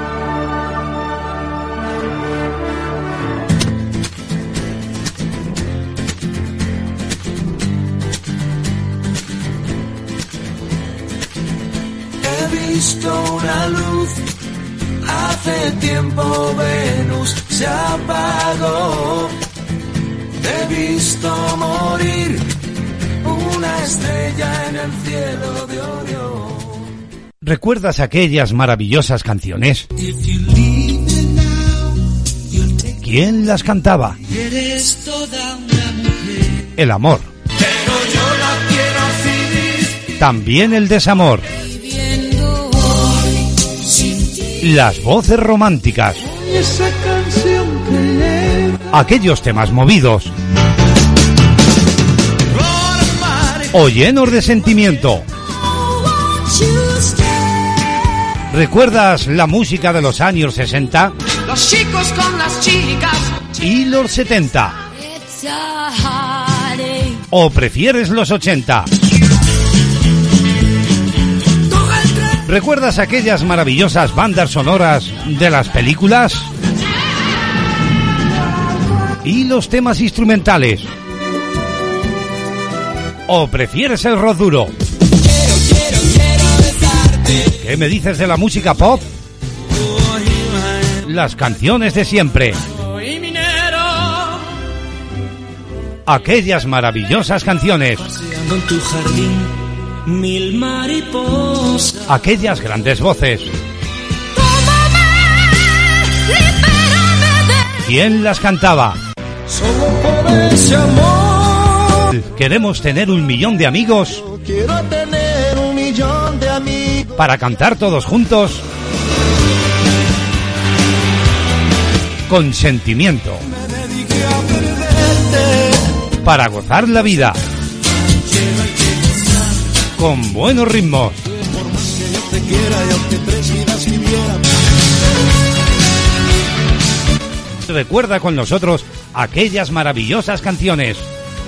He visto una luz, hace tiempo Venus se apagó. He visto morir una estrella en el cielo de Orión. ¿Recuerdas aquellas maravillosas canciones? ¿Quién las cantaba? Eres toda una mujer. El amor. Pero yo la quiero vivir. También el desamor. Viviendo hoy sin ti. Las voces románticas. Esa canción que lleva. Aquellos temas movidos. O llenos de sentimiento. ¿Recuerdas la música de los años sesenta? Los chicos con las chicas. ¿Y los setenta? ¿O prefieres los ochenta? ¿Recuerdas aquellas maravillosas bandas sonoras de las películas? ¿Y los temas instrumentales? ¿O prefieres el rock duro? Quiero, quiero, quiero besarte. ¿Qué me dices de la música pop? Las canciones de siempre. Soy minero. Aquellas maravillosas canciones. Paseando en tu jardín, mil mariposas. Aquellas grandes voces. ¿Quién las cantaba? Solo por ese amor. Queremos tener un millón de amigos. Quiero tener un millón de amigos. Para cantar todos juntos. Con sentimiento. Me dediqué a perderte. Para gozar la vida. Con buenos ritmos. Por más que yo te quiera y aunque tres vidas viviera. Recuerda con nosotros aquellas maravillosas canciones.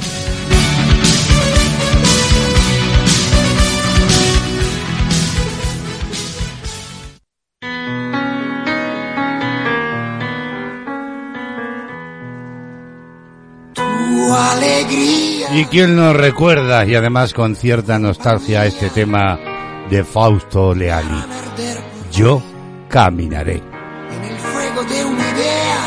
Tu alegría. ¿Y quién nos recuerda, y además con cierta nostalgia, este tema de Fausto Leali? Yo caminaré. En el fuego de una idea,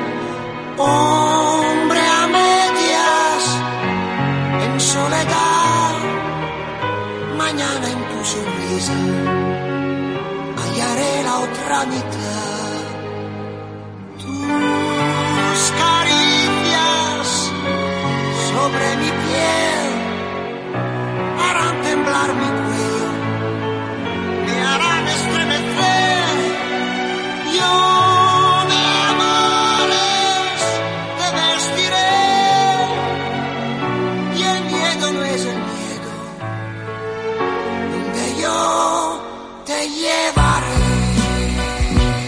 hombre a medias, en soledad, mañana en tu sonrisa, hallaré la otra mitad. Tus caricias sobre mi piel harán temblar mi cuello, me harán estremecer. Yo de amores te vestiré y el miedo no es el miedo, donde yo te llevaré.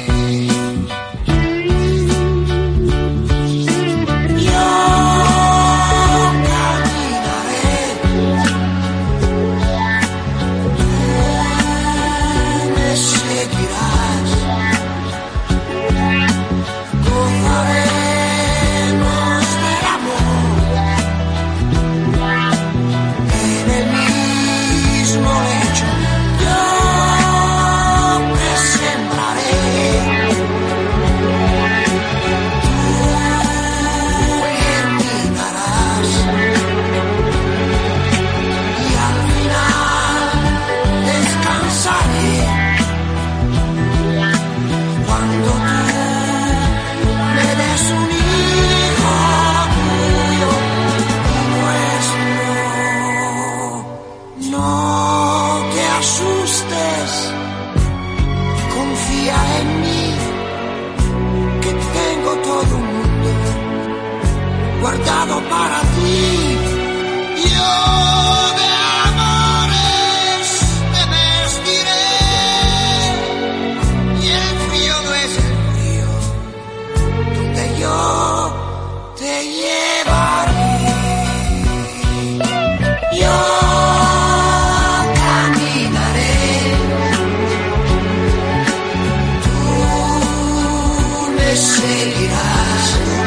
vivirás.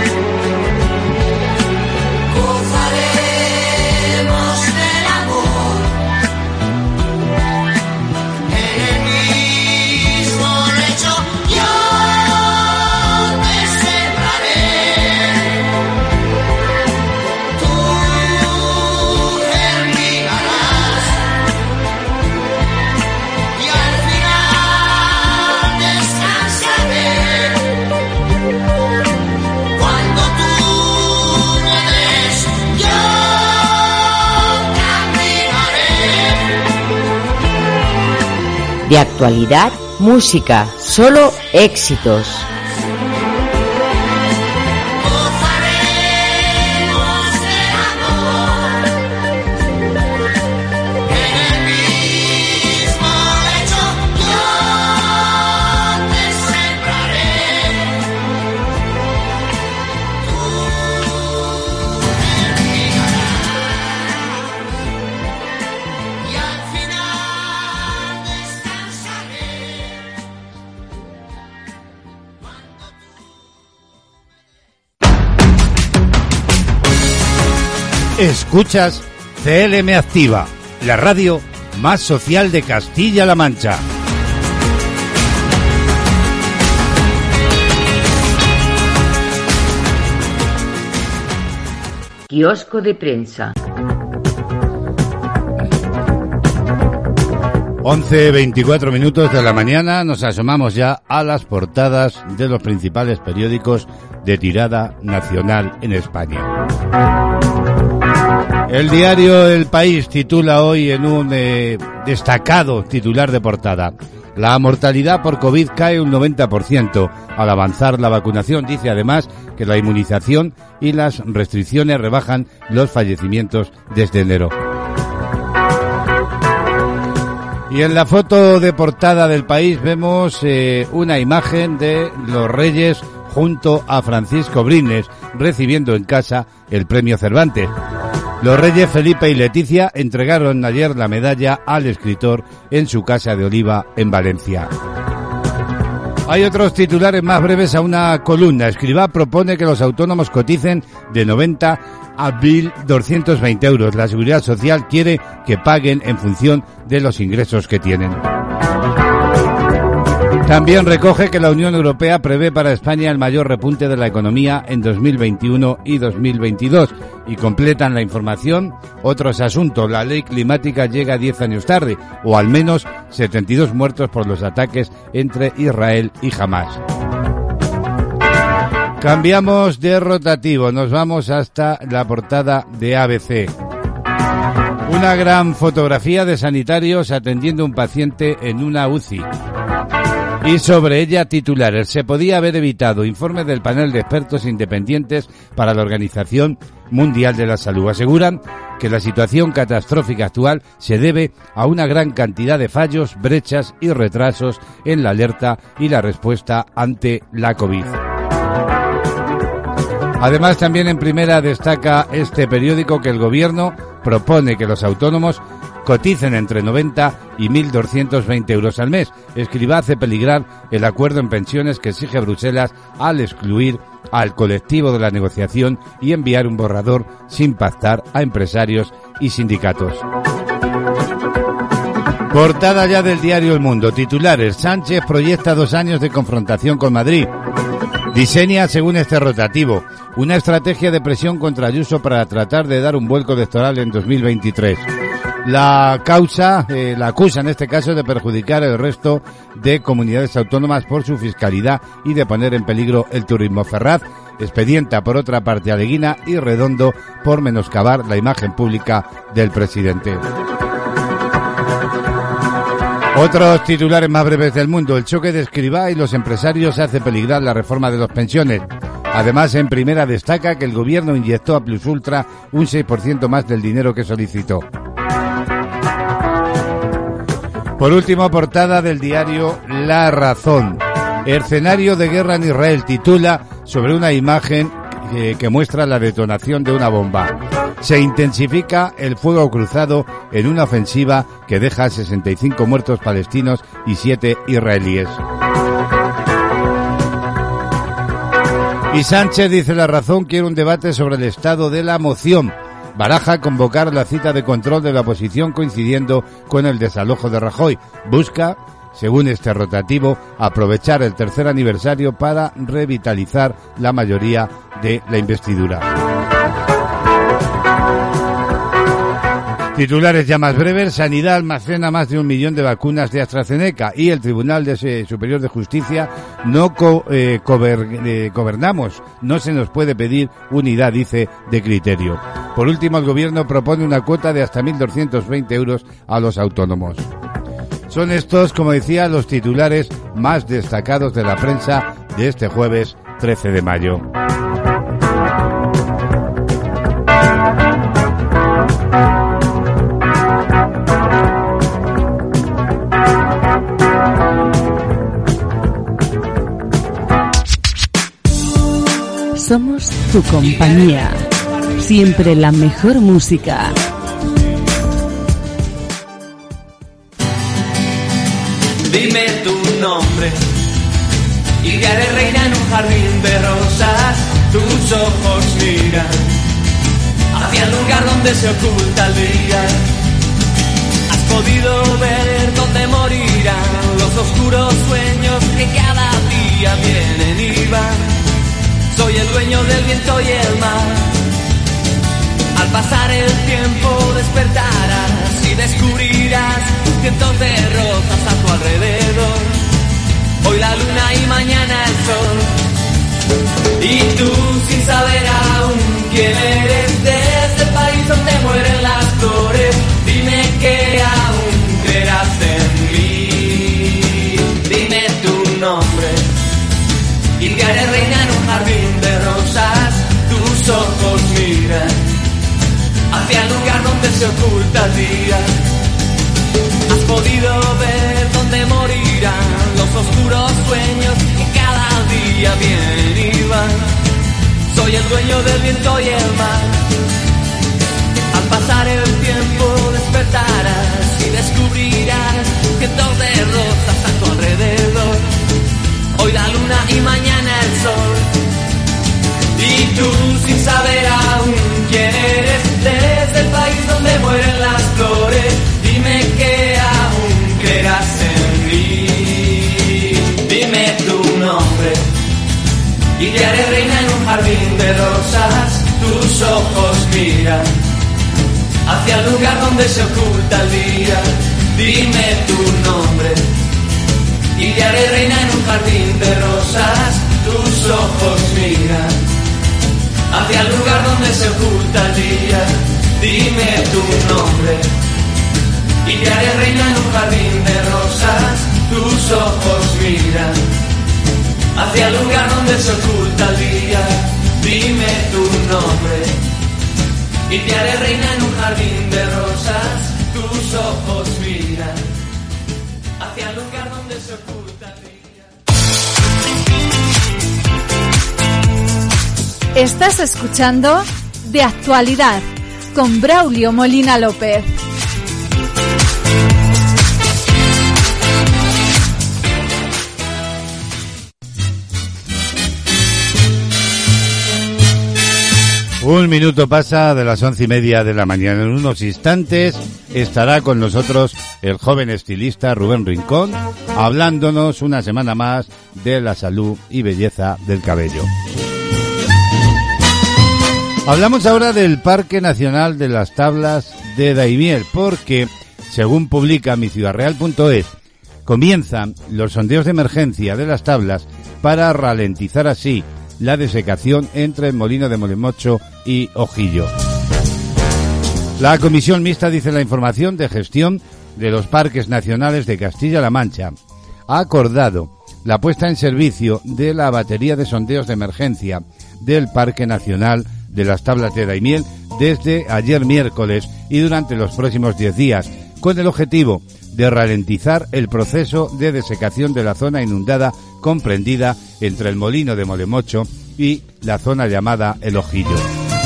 Gozaremos del amor en el mismo lecho. Yo te sembraré, tú germinarás y al final descansaré. Cuando tú me des, yo caminaré. De actualidad, música, solo éxitos. Gozaremos del amor en el mismo lecho. Yo te sembraré, tú germinarás y al final descansaré. Escuchas C L M Activa, la radio más social de Castilla-La Mancha. Kiosco de prensa. once veinticuatro minutos de la mañana, nos asomamos ya a las portadas de los principales periódicos de tirada nacional en España. El diario El País titula hoy en un eh, destacado titular de portada: la mortalidad por COVID cae un noventa por ciento al avanzar la vacunación. Dice además que la inmunización y las restricciones rebajan los fallecimientos desde enero. Y en la foto de portada del País vemos eh, una imagen de los Reyes junto a Francisco Brines recibiendo en casa el premio Cervantes. Los Reyes Felipe y Leticia entregaron ayer la medalla al escritor en su casa de Oliva en Valencia. Hay otros titulares más breves a una columna. Escrivá propone que los autónomos coticen de noventa a mil doscientos veinte euros. La Seguridad Social quiere que paguen en función de los ingresos que tienen. También recoge que la Unión Europea prevé para España el mayor repunte de la economía en dos mil veintiuno y dos mil veintidós. Y completan la información otros asuntos. La ley climática llega diez años tarde, o al menos setenta y dos muertos por los ataques entre Israel y Hamás. Cambiamos de rotativo, nos vamos hasta la portada de A B C. Una gran fotografía de sanitarios atendiendo a un paciente en una U C I. Y sobre ella titulares: se podía haber evitado. Informe del panel de expertos independientes para la Organización Mundial de la Salud. Aseguran que la situación catastrófica actual se debe a una gran cantidad de fallos, brechas y retrasos en la alerta y la respuesta ante la COVID. Además, también en primera destaca este periódico que el gobierno propone que los autónomos coticen entre noventa y mil doscientos veinte euros al mes. Escrivá hace peligrar el acuerdo en pensiones que exige Bruselas al excluir al colectivo de la negociación y enviar un borrador sin pactar a empresarios y sindicatos. Portada ya del diario El Mundo. Titulares: Sánchez proyecta dos años de confrontación con Madrid. Diseña, según este rotativo, una estrategia de presión contra Ayuso para tratar de dar un vuelco electoral en dos mil veintitrés. La causa, eh, la acusa en este caso de perjudicar el resto de comunidades autónomas por su fiscalidad y de poner en peligro el turismo. Ferraz expedienta por otra parte a Leguina y Redondo por menoscabar la imagen pública del presidente. Otros titulares más breves del Mundo: el choque de Escrivá y los empresarios hace peligrar la reforma de las pensiones. Además, en primera destaca que el gobierno inyectó a Plus Ultra un seis por ciento más del dinero que solicitó. Por último, portada del diario La Razón. Escenario de guerra en Israel, titula sobre una imagen que, que muestra la detonación de una bomba. Se intensifica el fuego cruzado en una ofensiva que deja sesenta y cinco muertos palestinos y siete israelíes. Y Sánchez dice La Razón quiere un debate sobre el estado de la moción. Baraja convocar la cita de control de la oposición coincidiendo con el desalojo de Rajoy. Busca, según este rotativo, aprovechar el tercer aniversario para revitalizar la mayoría de la investidura. Titulares ya más breves. Sanidad almacena más de un millón de vacunas de AstraZeneca y el Tribunal de Superior de Justicia no co, eh, cober, eh, gobernamos. No se nos puede pedir unidad, dice, de criterio. Por último, el Gobierno propone una cuota de hasta mil doscientos veinte euros a los autónomos. Son estos, como decía, los titulares más destacados de la prensa de este jueves trece de mayo. Somos tu compañía. Siempre la mejor música. Dime tu nombre y te haré reina en un jardín de rosas. Tus ojos miran hacia el lugar donde se oculta el día. Has podido ver dónde morirán los oscuros sueños que cada día vienen y van. Soy el dueño del viento y el mar. Al pasar el tiempo despertarás y descubrirás cientos de rosas a tu alrededor. Hoy la luna y mañana el sol. Y tú sin saber aún quién eres, desde el país donde mueren las flores, dime que aún creerás en mí. Dime tu nombre y te haré reina en un jardín de rosas. Tus ojos miran hacia el lugar donde se oculta el día. Has podido ver dónde morirán los oscuros sueños que cada día vienen y van. Soy el dueño del viento y el mar. Al pasar el tiempo despertarás y descubrirás cientos de rosas a tu alrededor. Hoy la luna y mañana el sol. Y tú sin saber aún quién eres, desde el país donde mueren las flores, dime que aún creerás en mí. Dime tu nombre y te haré reina en un jardín de rosas. Tus ojos miran hacia el lugar donde se oculta el día. Dime tu nombre y te haré reina en un jardín de rosas. Tus ojos miran hacia el lugar donde se oculta el día. Dime tu nombre y te haré reina en un jardín de rosas. Tus ojos miran hacia el lugar donde se oculta el día. Dime tu nombre y te haré reina en un jardín de rosas. Tus ojos miran hacia el lugar donde se oculta el día. Estás escuchando De Actualidad con Braulio Molina López. Un minuto pasa de las once y media de la mañana. En unos instantes estará con nosotros el joven estilista Rubén Rincón, hablándonos una semana más de la salud y belleza del cabello. Hablamos ahora del Parque Nacional de las Tablas de Daimiel, porque, según publica mi ciudad real punto es, comienzan los sondeos de emergencia de las tablas para ralentizar así la desecación entre el Molino de Molemocho y Ojillo. La Comisión Mixta, dice la información, de gestión de los parques nacionales de Castilla-La Mancha ha acordado la puesta en servicio de la batería de sondeos de emergencia del Parque Nacional de las Tablas de Daimiel desde ayer miércoles y durante los próximos diez días, con el objetivo de ralentizar el proceso de desecación de la zona inundada comprendida entre el Molino de Molemocho y la zona llamada El Ojillo.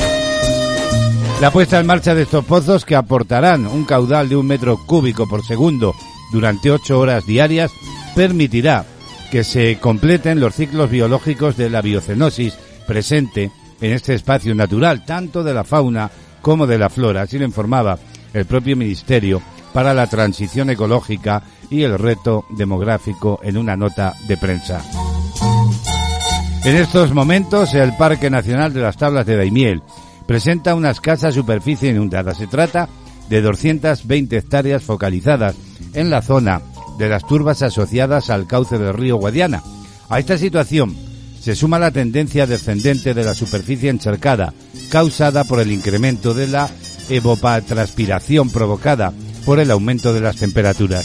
La puesta en marcha de estos pozos, que aportarán un caudal de un metro cúbico por segundo durante ocho horas diarias, permitirá que se completen los ciclos biológicos de la biocenosis presente en este espacio natural, tanto de la fauna como de la flora. Así lo informaba el propio Ministerio para la Transición Ecológica y el Reto Demográfico en una nota de prensa. En estos momentos, el Parque Nacional de las Tablas de Daimiel presenta una escasa superficie inundada. Se trata de doscientas veinte hectáreas focalizadas en la zona de las turbas asociadas al cauce del río Guadiana. A esta situación se suma la tendencia descendente de la superficie encharcada, causada por el incremento de la evapotranspiración provocada por el aumento de las temperaturas.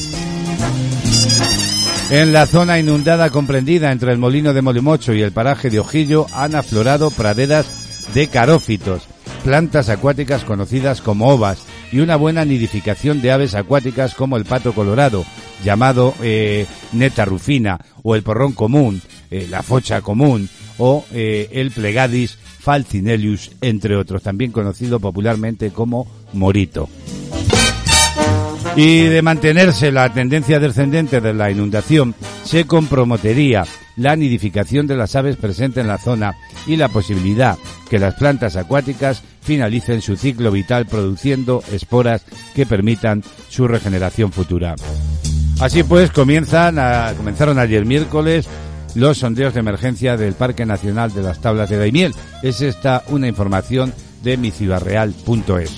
En la zona inundada comprendida entre el molino de Molimocho y el paraje de Ojillo han aflorado praderas de carófitos, plantas acuáticas conocidas como ovas y una buena nidificación de aves acuáticas como el pato colorado, llamado eh, neta rufina, o el porrón común, eh, la focha común, o eh, el Plegadis falcinellus, entre otros, también conocido popularmente como morito. Y de mantenerse la tendencia descendente de la inundación, se comprometería la nidificación de las aves presentes en la zona y la posibilidad que las plantas acuáticas finalicen su ciclo vital produciendo esporas que permitan su regeneración futura. Así pues, comienzan a, comenzaron ayer miércoles los sondeos de emergencia del Parque Nacional de las Tablas de Daimiel. Es esta una información de mi ciudad real punto es.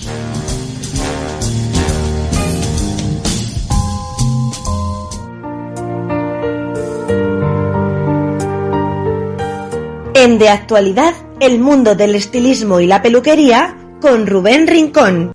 En De Actualidad, el mundo del estilismo y la peluquería, con Rubén Rincón.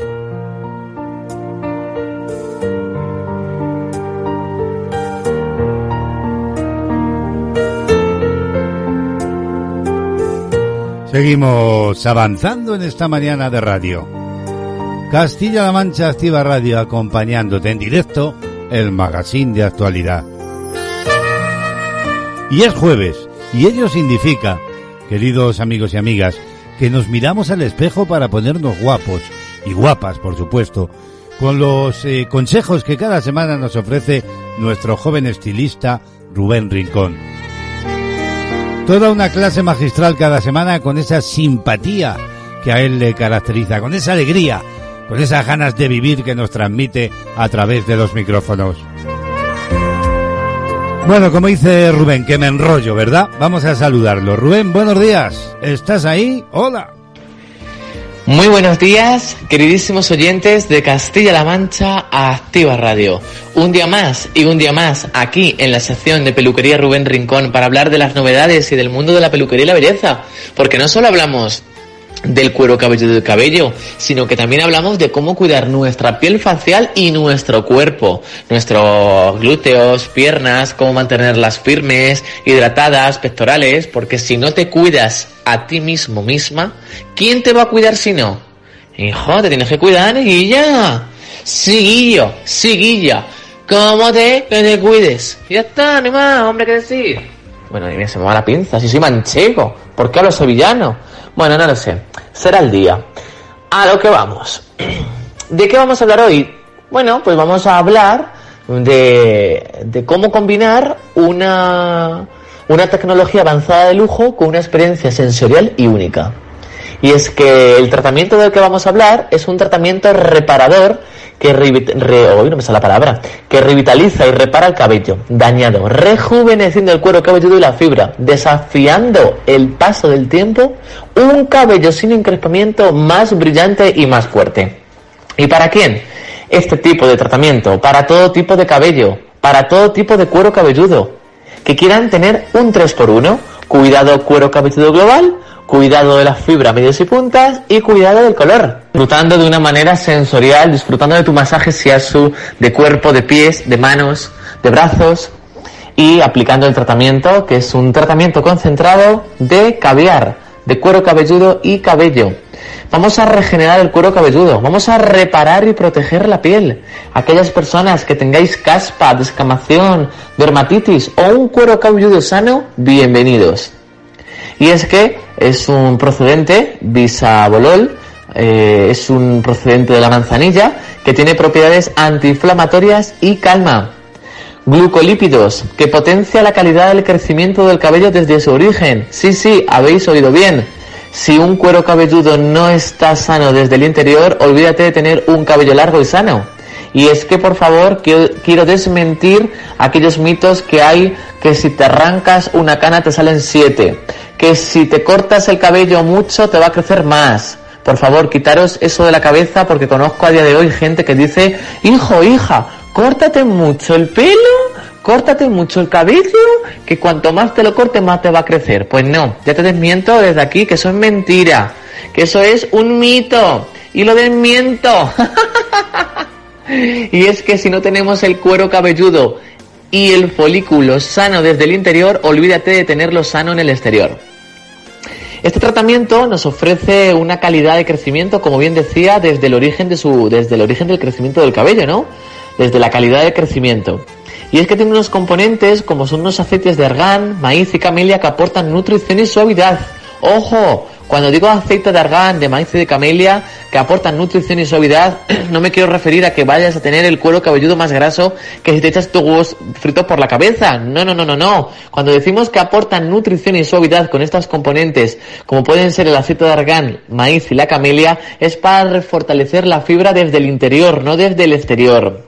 Seguimos avanzando en esta mañana de radio. Castilla-La Mancha Activa Radio, acompañándote en directo el magazine de actualidad. Y es jueves, y ello significa, queridos amigos y amigas, que nos miramos al espejo para ponernos guapos, y guapas, por supuesto, con los eh, consejos que cada semana nos ofrece nuestro joven estilista Rubén Rincón. Toda una clase magistral cada semana con esa simpatía que a él le caracteriza, con esa alegría, con esas ganas de vivir que nos transmite a través de los micrófonos. Bueno, como dice Rubén, que me enrollo, ¿verdad? Vamos a saludarlo. Rubén, buenos días. ¿Estás ahí? Hola. Muy buenos días, queridísimos oyentes de Castilla-La Mancha Activa Radio. Un día más y un día más aquí en la sección de Peluquería Rubén Rincón para hablar de las novedades y del mundo de la peluquería y la belleza. Porque no solo hablamos del cuero cabelludo del cabello, sino que también hablamos de cómo cuidar nuestra piel facial y nuestro cuerpo, nuestros glúteos, piernas, cómo mantenerlas firmes, hidratadas, pectorales, porque si no te cuidas a ti mismo misma, ¿quién te va a cuidar si no? Hijo, te tienes que cuidar, guilla. Siguillo, siguilla. ¿Cómo te que te cuides? Ya está, ni más, hombre, ¿qué decir? Bueno, mira, se me va la pinza, si soy manchego, ¿por qué hablo sevillano? Bueno, no lo sé, será el día. A lo que vamos. ¿De qué vamos a hablar hoy? Bueno, pues vamos a hablar de, de cómo combinar una, una tecnología avanzada de lujo con una experiencia sensorial y única. Y es que el tratamiento del que vamos a hablar es un tratamiento reparador que re, re, oh, no me sale la palabra, que revitaliza y repara el cabello dañado, rejuveneciendo el cuero cabelludo y la fibra, desafiando el paso del tiempo, un cabello sin encrespamiento más brillante y más fuerte. ¿Y para quién? Este tipo de tratamiento, para todo tipo de cabello, para todo tipo de cuero cabelludo, que quieran tener un tres por uno, cuidado cuero cabelludo global, cuidado de las fibras medias y puntas y cuidado del color. Disfrutando de una manera sensorial, disfrutando de tu masaje shiatsu, de cuerpo, de pies, de manos, de brazos y aplicando el tratamiento, que es un tratamiento concentrado de caviar, de cuero cabelludo y cabello. Vamos a regenerar el cuero cabelludo, vamos a reparar y proteger la piel. Aquellas personas que tengáis caspa, descamación, dermatitis o un cuero cabelludo sano, bienvenidos. Y es que es un procedente bisabolol, eh, es un procedente de la manzanilla que tiene propiedades antiinflamatorias y calma. Glucolípidos, que potencia la calidad del crecimiento del cabello desde su origen. Sí, sí, habéis oído bien. Si un cuero cabelludo no está sano desde el interior, olvídate de tener un cabello largo y sano. Y es que, por favor, quiero desmentir aquellos mitos que hay, que si te arrancas una cana te salen siete, que si te cortas el cabello mucho te va a crecer más. Por favor, quitaros eso de la cabeza, porque conozco a día de hoy gente que dice: hijo, hija, córtate mucho el pelo, córtate mucho el cabello, que cuanto más te lo cortes más te va a crecer. Pues no, ya te desmiento desde aquí que eso es mentira, que eso es un mito, y lo desmiento. Y es que si no tenemos el cuero cabelludo y el folículo sano desde el interior, olvídate de tenerlo sano en el exterior. Este tratamiento nos ofrece una calidad de crecimiento, como bien decía, desde el origen de su, desde el origen del crecimiento del cabello, ¿no? Desde la calidad de crecimiento. Y es que tiene unos componentes como son unos aceites de argán, maíz y camelia que aportan nutrición y suavidad. ¡Ojo! Cuando digo aceite de argán, de maíz y de camelia que aportan nutrición y suavidad, no me quiero referir a que vayas a tener el cuero cabelludo más graso que si te echas tus huevos fritos por la cabeza. No, no, no, no, no. Cuando decimos que aportan nutrición y suavidad con estos componentes, como pueden ser el aceite de argán, maíz y la camelia, es para fortalecer la fibra desde el interior, no desde el exterior.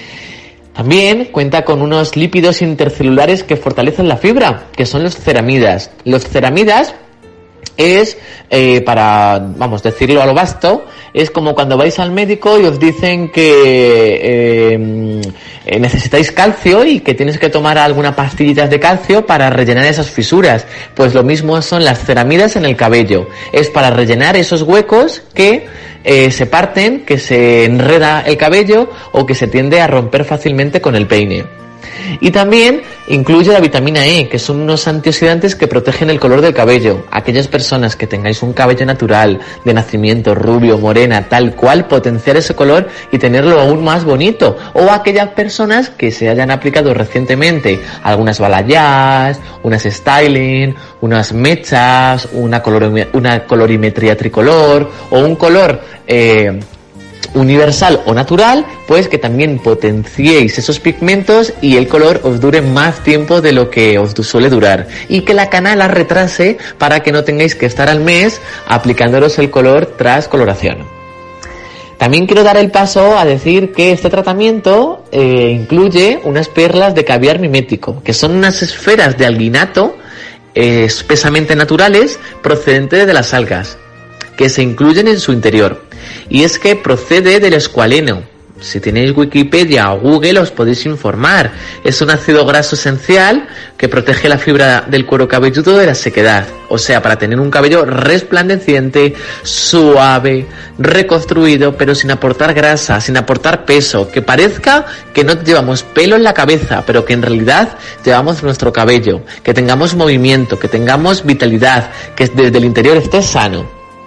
También cuenta con unos lípidos intercelulares que fortalecen la fibra, que son los ceramidas. Los ceramidas es, eh, para, vamos, decirlo a lo vasto, es como cuando vais al médico y os dicen que eh, eh, necesitáis calcio y que tienes que tomar algunas pastillitas de calcio para rellenar esas fisuras. Pues lo mismo son las ceramidas en el cabello. Es para rellenar esos huecos que eh, se parten, que se enreda el cabello o que se tiende a romper fácilmente con el peine. Y también incluye la vitamina E, que son unos antioxidantes que protegen el color del cabello. Aquellas personas que tengáis un cabello natural, de nacimiento, rubio, morena, tal cual, potenciar ese color y tenerlo aún más bonito. O aquellas personas que se hayan aplicado recientemente algunas balayage, unas styling, unas mechas, una, color, una colorimetría tricolor o un color eh, universal o natural, pues que también potenciéis esos pigmentos y el color os dure más tiempo de lo que os suele durar, y que la cana la retrase para que no tengáis que estar al mes aplicándolos el color tras coloración. También quiero dar el paso a decir que este tratamiento eh, incluye unas perlas de caviar mimético, que son unas esferas de alginato eh, espesamente naturales procedentes de las algas, que se incluyen en su interior. Y es que procede del escualeno. Si tenéis Wikipedia o Google os podéis informar. Es un ácido graso esencial que protege la fibra del cuero cabelludo de la sequedad. O sea, para tener un cabello resplandeciente, suave, reconstruido, pero sin aportar grasa, sin aportar peso. Que parezca que no llevamos pelo en la cabeza, pero que en realidad llevamos nuestro cabello. Que tengamos movimiento, que tengamos vitalidad, que desde el interior esté sano.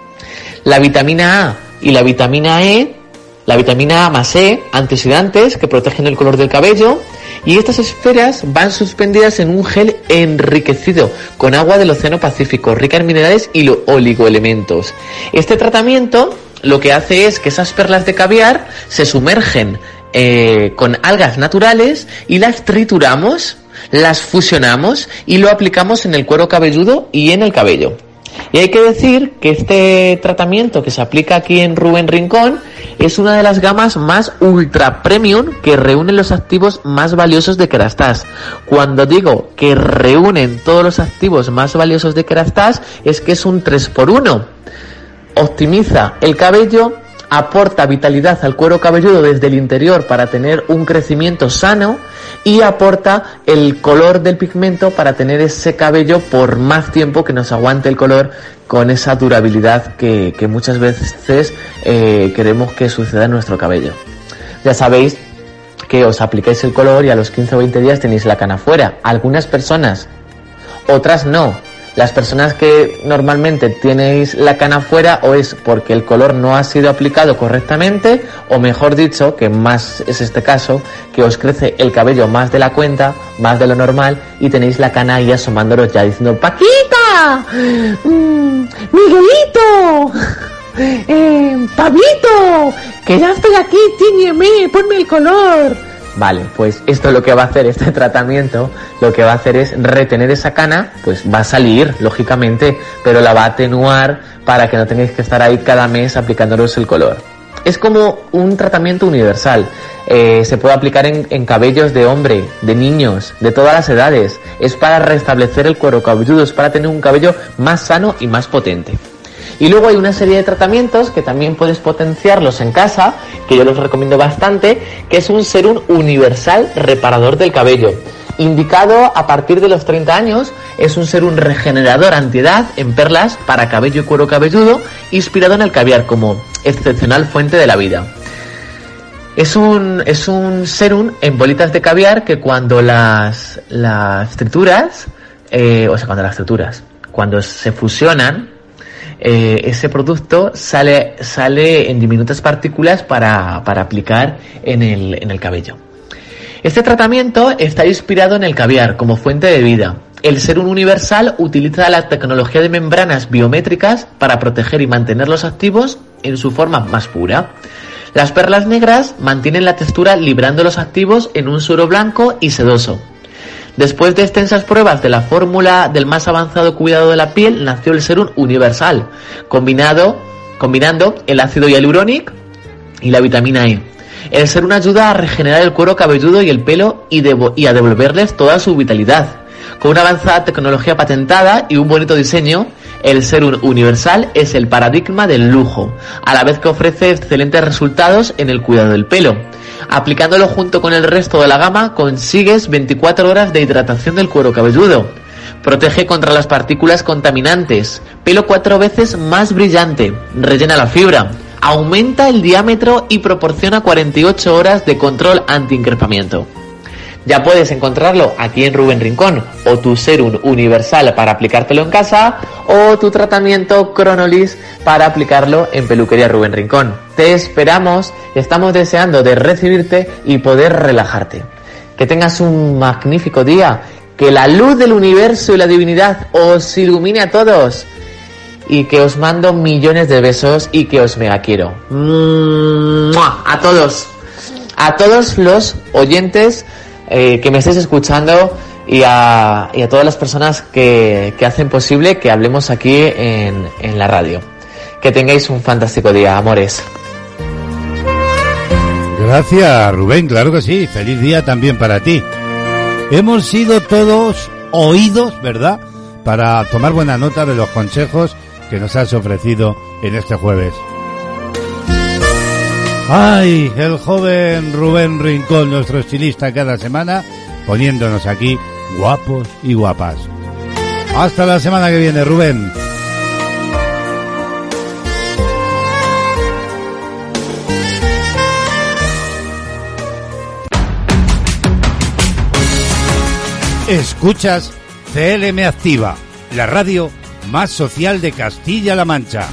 La vitamina A y la vitamina E, la vitamina A más E, antioxidantes que protegen el color del cabello, y estas esferas van suspendidas en un gel enriquecido con agua del Océano Pacífico, rica en minerales y oligoelementos. Este tratamiento lo que hace es que esas perlas de caviar se sumergen eh, con algas naturales y las trituramos, las fusionamos y lo aplicamos en el cuero cabelludo y en el cabello. Y hay que decir que este tratamiento que se aplica aquí en Rubén Rincón es una de las gamas más ultra premium que reúnen los activos más valiosos de Kerastase. Cuando digo que reúnen todos los activos más valiosos de Kerastase es que es un tres por uno. Optimiza el cabello, aporta vitalidad al cuero cabelludo desde el interior para tener un crecimiento sano y aporta el color del pigmento para tener ese cabello por más tiempo, que nos aguante el color con esa durabilidad que, que muchas veces eh, queremos que suceda en nuestro cabello. Ya sabéis que os aplicáis el color y a los quince o veinte días tenéis la cana fuera. Algunas personas, otras no. Las personas que normalmente tenéis la cana fuera o es porque el color no ha sido aplicado correctamente, o mejor dicho, que más es este caso, que os crece el cabello más de la cuenta, más de lo normal, y tenéis la cana ahí asomándolos ya diciendo: ¡Paquita! Mmm, ¡Miguelito! Eh, ¡Pablito! ¡Que ya estoy aquí! ¡Tíñeme! ¡Ponme el color! Vale, pues esto lo que va a hacer, este tratamiento, lo que va a hacer es retener esa cana, pues va a salir, lógicamente, pero la va a atenuar para que no tengáis que estar ahí cada mes aplicándolos el color. Es como un tratamiento universal, eh, se puede aplicar en, en cabellos de hombre, de niños, de todas las edades, es para restablecer el cuero cabelludo, es para tener un cabello más sano y más potente. Y luego hay una serie de tratamientos que también puedes potenciarlos en casa, que yo los recomiendo bastante, que es un serum universal reparador del cabello. Indicado a partir de los treinta años, es un serum regenerador antiedad en perlas para cabello y cuero cabelludo, inspirado en el caviar como excepcional fuente de la vida. Es un, es un serum en bolitas de caviar que cuando las, las trituras, eh, o sea, cuando las trituras, cuando se fusionan, Eh, ese producto sale, sale en diminutas partículas para, para aplicar en el, en el cabello. Este tratamiento está inspirado en el caviar como fuente de vida. El serum universal utiliza la tecnología de membranas biométricas para proteger y mantenerlos activos en su forma más pura. Las perlas negras mantienen la textura librando los activos en un suero blanco y sedoso. Después de extensas pruebas de la fórmula del más avanzado cuidado de la piel, nació el serum universal, combinado, combinando el ácido hialurónico y la vitamina E. El serum ayuda a regenerar el cuero cabelludo y el pelo y, devo- y a devolverles toda su vitalidad. Con una avanzada tecnología patentada y un bonito diseño, el serum universal es el paradigma del lujo, a la vez que ofrece excelentes resultados en el cuidado del pelo. Aplicándolo junto con el resto de la gama, consigues veinticuatro horas de hidratación del cuero cabelludo. Protege contra las partículas contaminantes. Pelo cuatro veces más brillante. Rellena la fibra. Aumenta el diámetro y proporciona cuarenta y ocho horas de control anti-encrespamiento. Ya puedes encontrarlo aquí en Rubén Rincón, o tu serum universal para aplicártelo en casa, o tu tratamiento Cronolis para aplicarlo en Peluquería Rubén Rincón. Te esperamos, estamos deseando de recibirte y poder relajarte. Que tengas un magnífico día, que la luz del universo y la divinidad os ilumine a todos, y que os mando millones de besos y que os mega quiero. ¡Mua! A todos, a todos los oyentes Eh, que me estéis escuchando y a, y a todas las personas que, que hacen posible que hablemos aquí en, en la radio. Que tengáis un fantástico día, amores. Gracias, Rubén, claro que sí. Feliz día también para ti. Hemos sido todos oídos, ¿verdad?, para tomar buena nota de los consejos que nos has ofrecido en este jueves. Ay, el joven Rubén Rincón, nuestro estilista cada semana, poniéndonos aquí guapos y guapas. Hasta la semana que viene, Rubén. Escuchas C L M Activa, la radio más social de Castilla-La Mancha.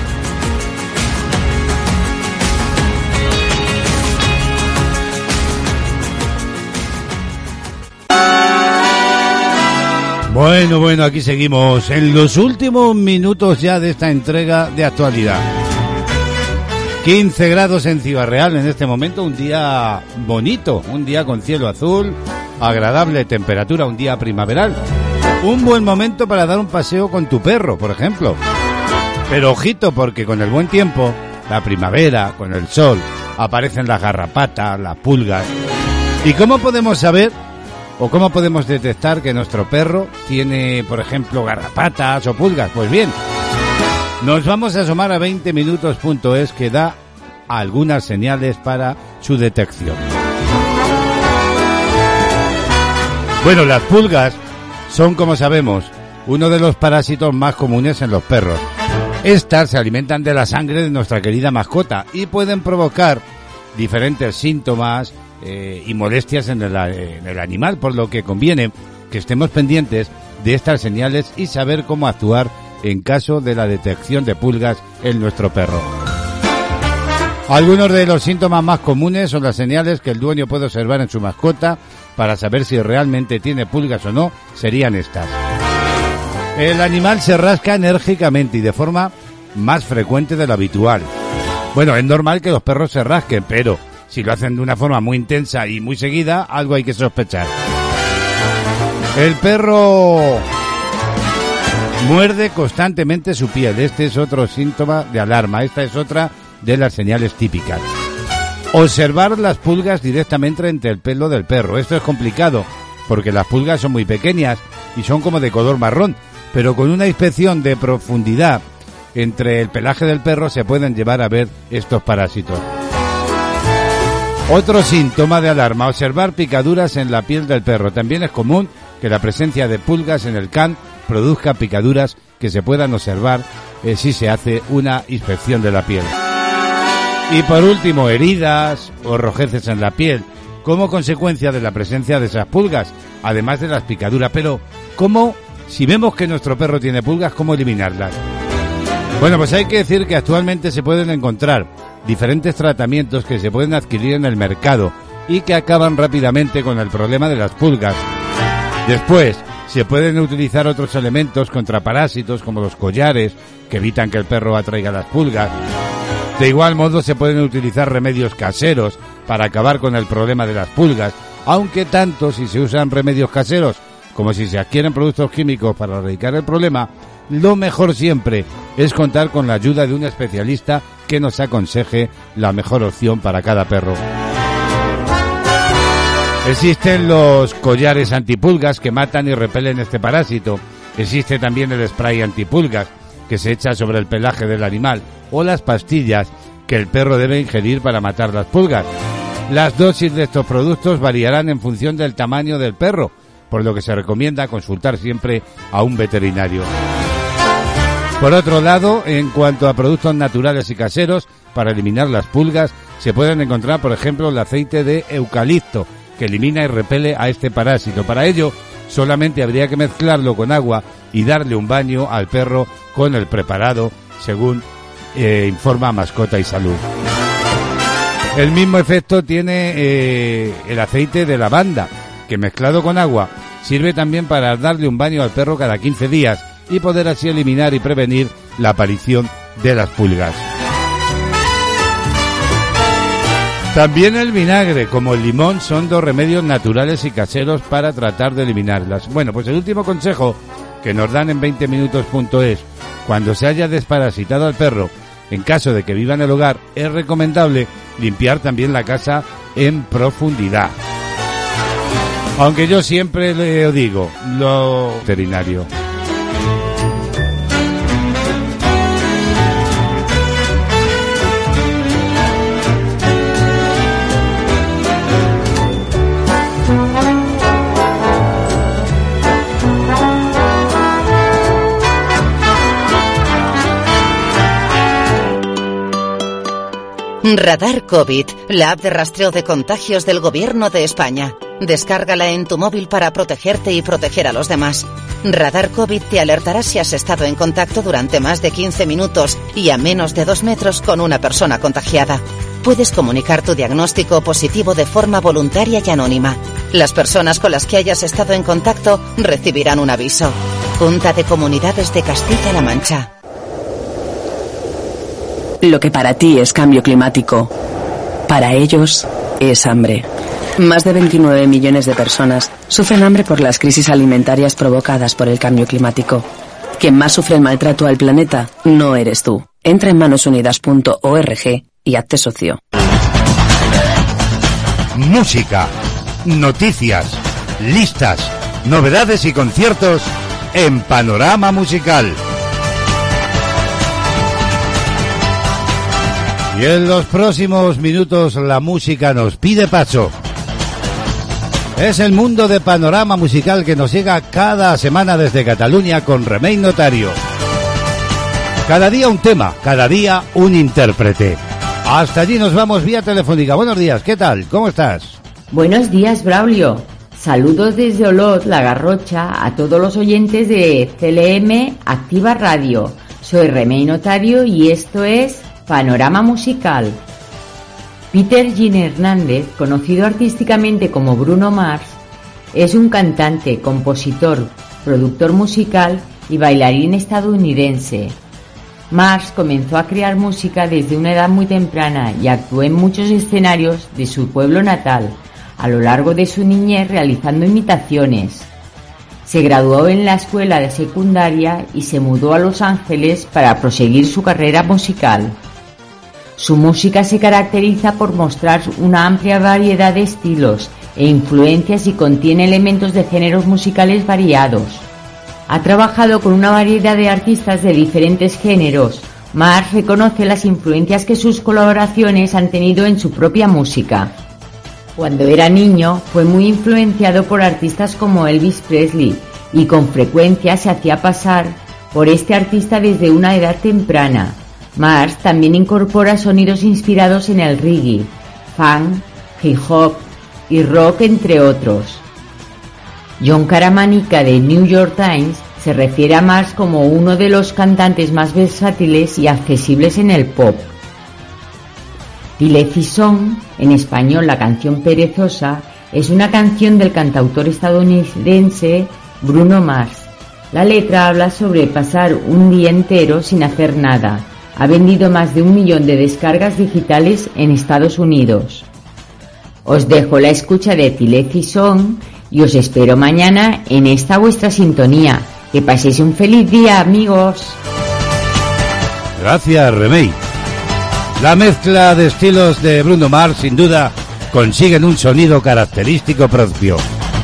Bueno, bueno, aquí seguimos en los últimos minutos ya de esta entrega de actualidad. quince grados en Ciudad Real en este momento, un día bonito, un día con cielo azul, agradable temperatura, un día primaveral. Un buen momento para dar un paseo con tu perro, por ejemplo. Pero ojito, porque con el buen tiempo, la primavera, con el sol, aparecen las garrapatas, las pulgas. ¿Y cómo podemos saber o cómo podemos detectar que nuestro perro tiene, por ejemplo, garrapatas o pulgas? Pues bien, nos vamos a asomar a veinte minutos punto es, que da algunas señales para su detección. Bueno, las pulgas son, como sabemos, uno de los parásitos más comunes en los perros. Estas se alimentan de la sangre de nuestra querida mascota y pueden provocar diferentes síntomas eh, y molestias en el, en el animal, por lo que conviene que estemos pendientes de estas señales y saber cómo actuar en caso de la detección de pulgas en nuestro perro. Algunos de los síntomas más comunes son las señales que el dueño puede observar en su mascota para saber si realmente tiene pulgas o no, serían estas. El animal se rasca enérgicamente y de forma más frecuente de lo habitual. Bueno, es normal que los perros se rasquen, pero Si lo hacen de una forma muy intensa y muy seguida, algo hay que sospechar. El perro muerde constantemente su piel. Este es otro síntoma de alarma. Esta es otra de las señales típicas. Observar las pulgas directamente entre el pelo del perro. Esto es complicado porque las pulgas son muy pequeñas y son como de color marrón, pero con una inspección de profundidad entre el pelaje del perro se pueden llevar a ver estos parásitos. Otro síntoma de alarma, observar picaduras en la piel del perro. También es común que la presencia de pulgas en el can produzca picaduras que se puedan observar eh, si se hace una inspección de la piel. Y por último, heridas o rojeces en la piel, como consecuencia de la presencia de esas pulgas, además de las picaduras. Pero, ¿cómo, si vemos que nuestro perro tiene pulgas, cómo eliminarlas? Bueno, pues hay que decir que actualmente se pueden encontrar diferentes tratamientos que se pueden adquirir en el mercado y que acaban rápidamente con el problema de las pulgas. Después, se pueden utilizar otros elementos contra parásitos como los collares que evitan que el perro atraiga las pulgas. De igual modo se pueden utilizar remedios caseros para acabar con el problema de las pulgas, aunque tanto si se usan remedios caseros como si se adquieren productos químicos para erradicar el problema, lo mejor siempre es contar con la ayuda de un especialista que nos aconseje la mejor opción para cada perro. Existen los collares antipulgas que matan y repelen este parásito. Existe también el spray antipulgas que se echa sobre el pelaje del animal o las pastillas que el perro debe ingerir para matar las pulgas. Las dosis de estos productos variarán en función del tamaño del perro, por lo que se recomienda consultar siempre a un veterinario. Por otro lado, en cuanto a productos naturales y caseros, para eliminar las pulgas, se pueden encontrar, por ejemplo, el aceite de eucalipto, que elimina y repele a este parásito. Para ello, solamente habría que mezclarlo con agua y darle un baño al perro con el preparado, según eh, informa Mascota y Salud. El mismo efecto tiene eh, el aceite de lavanda, que mezclado con agua sirve también para darle un baño al perro cada quince días y poder así eliminar y prevenir la aparición de las pulgas. También el vinagre, como el limón, son dos remedios naturales y caseros para tratar de eliminarlas. Bueno, pues el último consejo que nos dan en veinte minutos punto es, cuando se haya desparasitado al perro, en caso de que viva en el hogar, es recomendable limpiar también la casa en profundidad. Aunque yo siempre le digo, lo veterinario. Radar COVID, la app de rastreo de contagios del Gobierno de España. Descárgala en tu móvil para protegerte y proteger a los demás. Radar COVID te alertará si has estado en contacto durante más de quince minutos y a menos de dos metros con una persona contagiada. Puedes comunicar tu diagnóstico positivo de forma voluntaria y anónima. Las personas con las que hayas estado en contacto recibirán un aviso. Junta de Comunidades de Castilla-La Mancha. Lo que para ti es cambio climático, para ellos es hambre. Más de veintinueve millones de personas sufren hambre por las crisis alimentarias provocadas por el cambio climático. Quien más sufre el maltrato al planeta no eres tú. Entra en manos unidas punto org y hazte socio. Música, noticias, listas, novedades y conciertos en Panorama Musical. Y en los próximos minutos la música nos pide paso. Es el mundo de Panorama Musical que nos llega cada semana desde Cataluña con Remei Notario. Cada día un tema, cada día un intérprete. Hasta allí nos vamos vía telefónica. Buenos días, ¿qué tal? ¿Cómo estás? Buenos días, Braulio. Saludos desde Olot, La Garrocha, a todos los oyentes de C L M Activa Radio. Soy Remei Notario y esto es Panorama Musical. Peter Gin Hernández, conocido artísticamente como Bruno Mars, es un cantante, compositor, productor musical y bailarín estadounidense. Mars comenzó a crear música desde una edad muy temprana y actuó en muchos escenarios de su pueblo natal, a lo largo de su niñez realizando imitaciones. Se graduó en la escuela de secundaria y se mudó a Los Ángeles para proseguir su carrera musical. Su música se caracteriza por mostrar una amplia variedad de estilos e influencias y contiene elementos de géneros musicales variados. Ha trabajado con una variedad de artistas de diferentes géneros. Mars reconoce las influencias que sus colaboraciones han tenido en su propia música. Cuando era niño, fue muy influenciado por artistas como Elvis Presley y con frecuencia se hacía pasar por este artista desde una edad temprana. Mars también incorpora sonidos inspirados en el reggae, funk, hip hop y rock, entre otros. John Caramanica de New York Times se refiere a Mars como uno de los cantantes más versátiles y accesibles en el pop. The Lazy Song, en español la canción perezosa, es una canción del cantautor estadounidense Bruno Mars. La letra habla sobre pasar un día entero sin hacer nada. Ha vendido más de un millón de descargas digitales en Estados Unidos. Os dejo la escucha de The Lazy Song y os espero mañana en esta vuestra sintonía. Que paséis un feliz día, amigos. Gracias, Remey. La mezcla de estilos de Bruno Mars, sin duda, consiguen un sonido característico propio.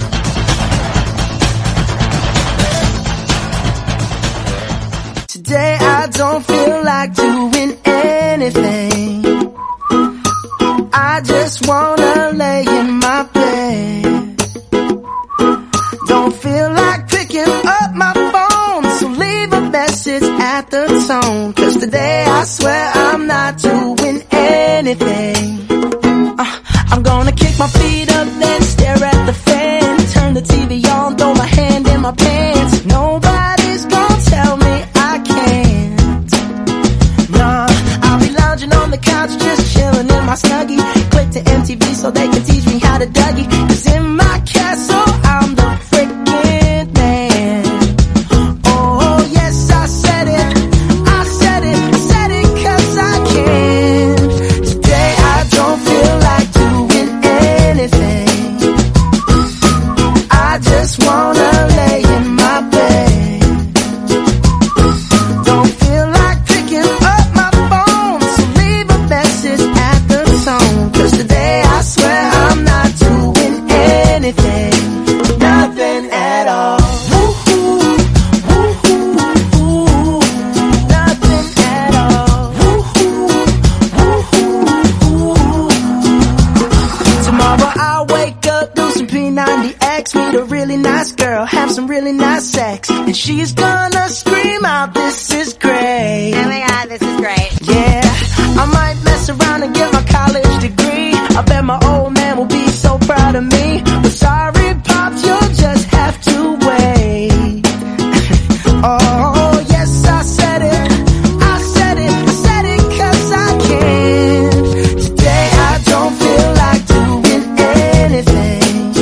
Today I don't feel like doing anything. I just wanna lay in my bed. Don't feel like picking up my phone, so leave a message at the tone. Cause today I swear I'm not doing anything. uh, I'm gonna kick my feet up, then stare at the fan. Turn the T V on, throw my hand in my pants. Nobody's gonna tell me I can't. Nah, I'll be lounging on the couch, just chilling in my Snuggie. Click to M T V so they can teach me how to Dougie. Cause in my castle I'm the freaking man. Oh yes, I said it, I said it, said it cause I can. Today I don't feel like doing anything. I just wanna lay in my bed. Don't feel like picking up my phone, so leave a message at the tone. Cause today I swear I'm not doing anything. Nothing at all. Woo-hoo, woo-hoo, woo-hoo. Nothing at all. Woo-hoo, woo-hoo, woo-hoo. Tomorrow I'll wake up, do some P ninety X, meet a really nice girl, have some really nice sex, and she's gonna scream out, this is great. Oh my god, this is great. Yeah, I might mess around and get my college degree. I bet my old man will be so proud of me. But sorry, Pops, you'll just have to wait. Oh, yes, I said it. I said it. I said it cause I can. Today I don't feel like doing anything.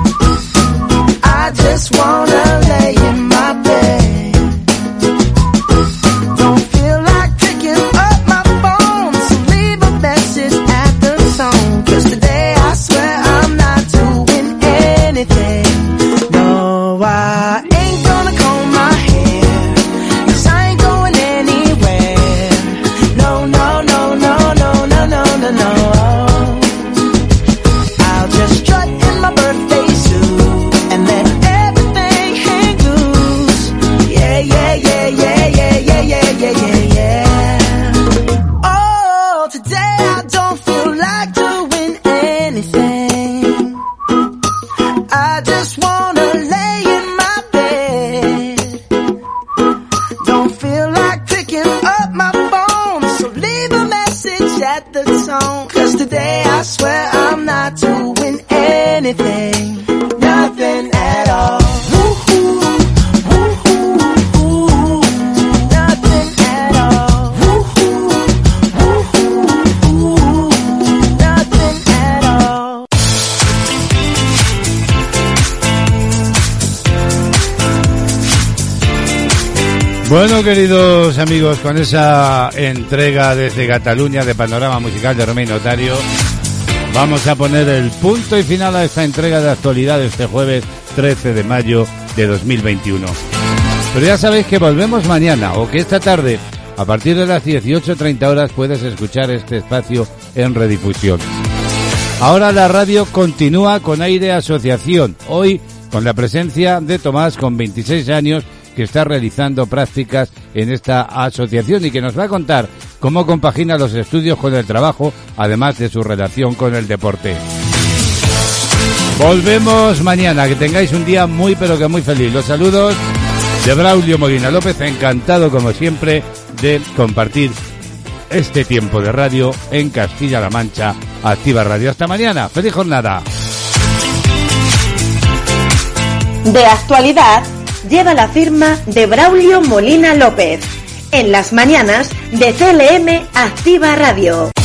I just wanna lay in my bed. Don't feel like picking up my phone, so leave a message at the tone. Cause today I swear I'm not doing anything. No, I ain't gonna comb my hair, cause I ain't going anywhere. No, no, no, no, no, no, no, no, no. I'll just strut in my birthday suit and let everything hang loose. Yeah, yeah, yeah, yeah, yeah, yeah, yeah, yeah, yeah, yeah. Oh, today I don't feel like doing anything. I just wanna lay in my bed. Don't feel like picking up my phone, so leave a message at the tone. Cause today I swear I'm not doing anything. Nothing at all. Woo-hoo, woo-hoo, woo-hoo. Nothing at all. Woo-hoo, woo-hoo, woo-hoo. Nothing at all. Bueno, queridos amigos, con esa entrega desde Cataluña de Panorama Musical de Remei Notario, vamos a poner el punto y final a esta entrega de actualidad este jueves trece de mayo de dos mil veintiuno. Pero ya sabéis que volvemos mañana, o que esta tarde, a partir de las dieciocho treinta horas, puedes escuchar este espacio en redifusión. Ahora la radio continúa con Aire Asociación, hoy con la presencia de Tomás, con veintiséis años, que está realizando prácticas en esta asociación y que nos va a contar cómo compagina los estudios con el trabajo, además de su relación con el deporte. Volvemos mañana, que tengáis un día muy pero que muy feliz. Los saludos de Braulio Molina López, encantado como siempre de compartir este tiempo de radio en Castilla-La Mancha, Activa Radio. Hasta mañana, feliz jornada. De actualidad lleva la firma de Braulio Molina López en las mañanas de C L M Activa Radio.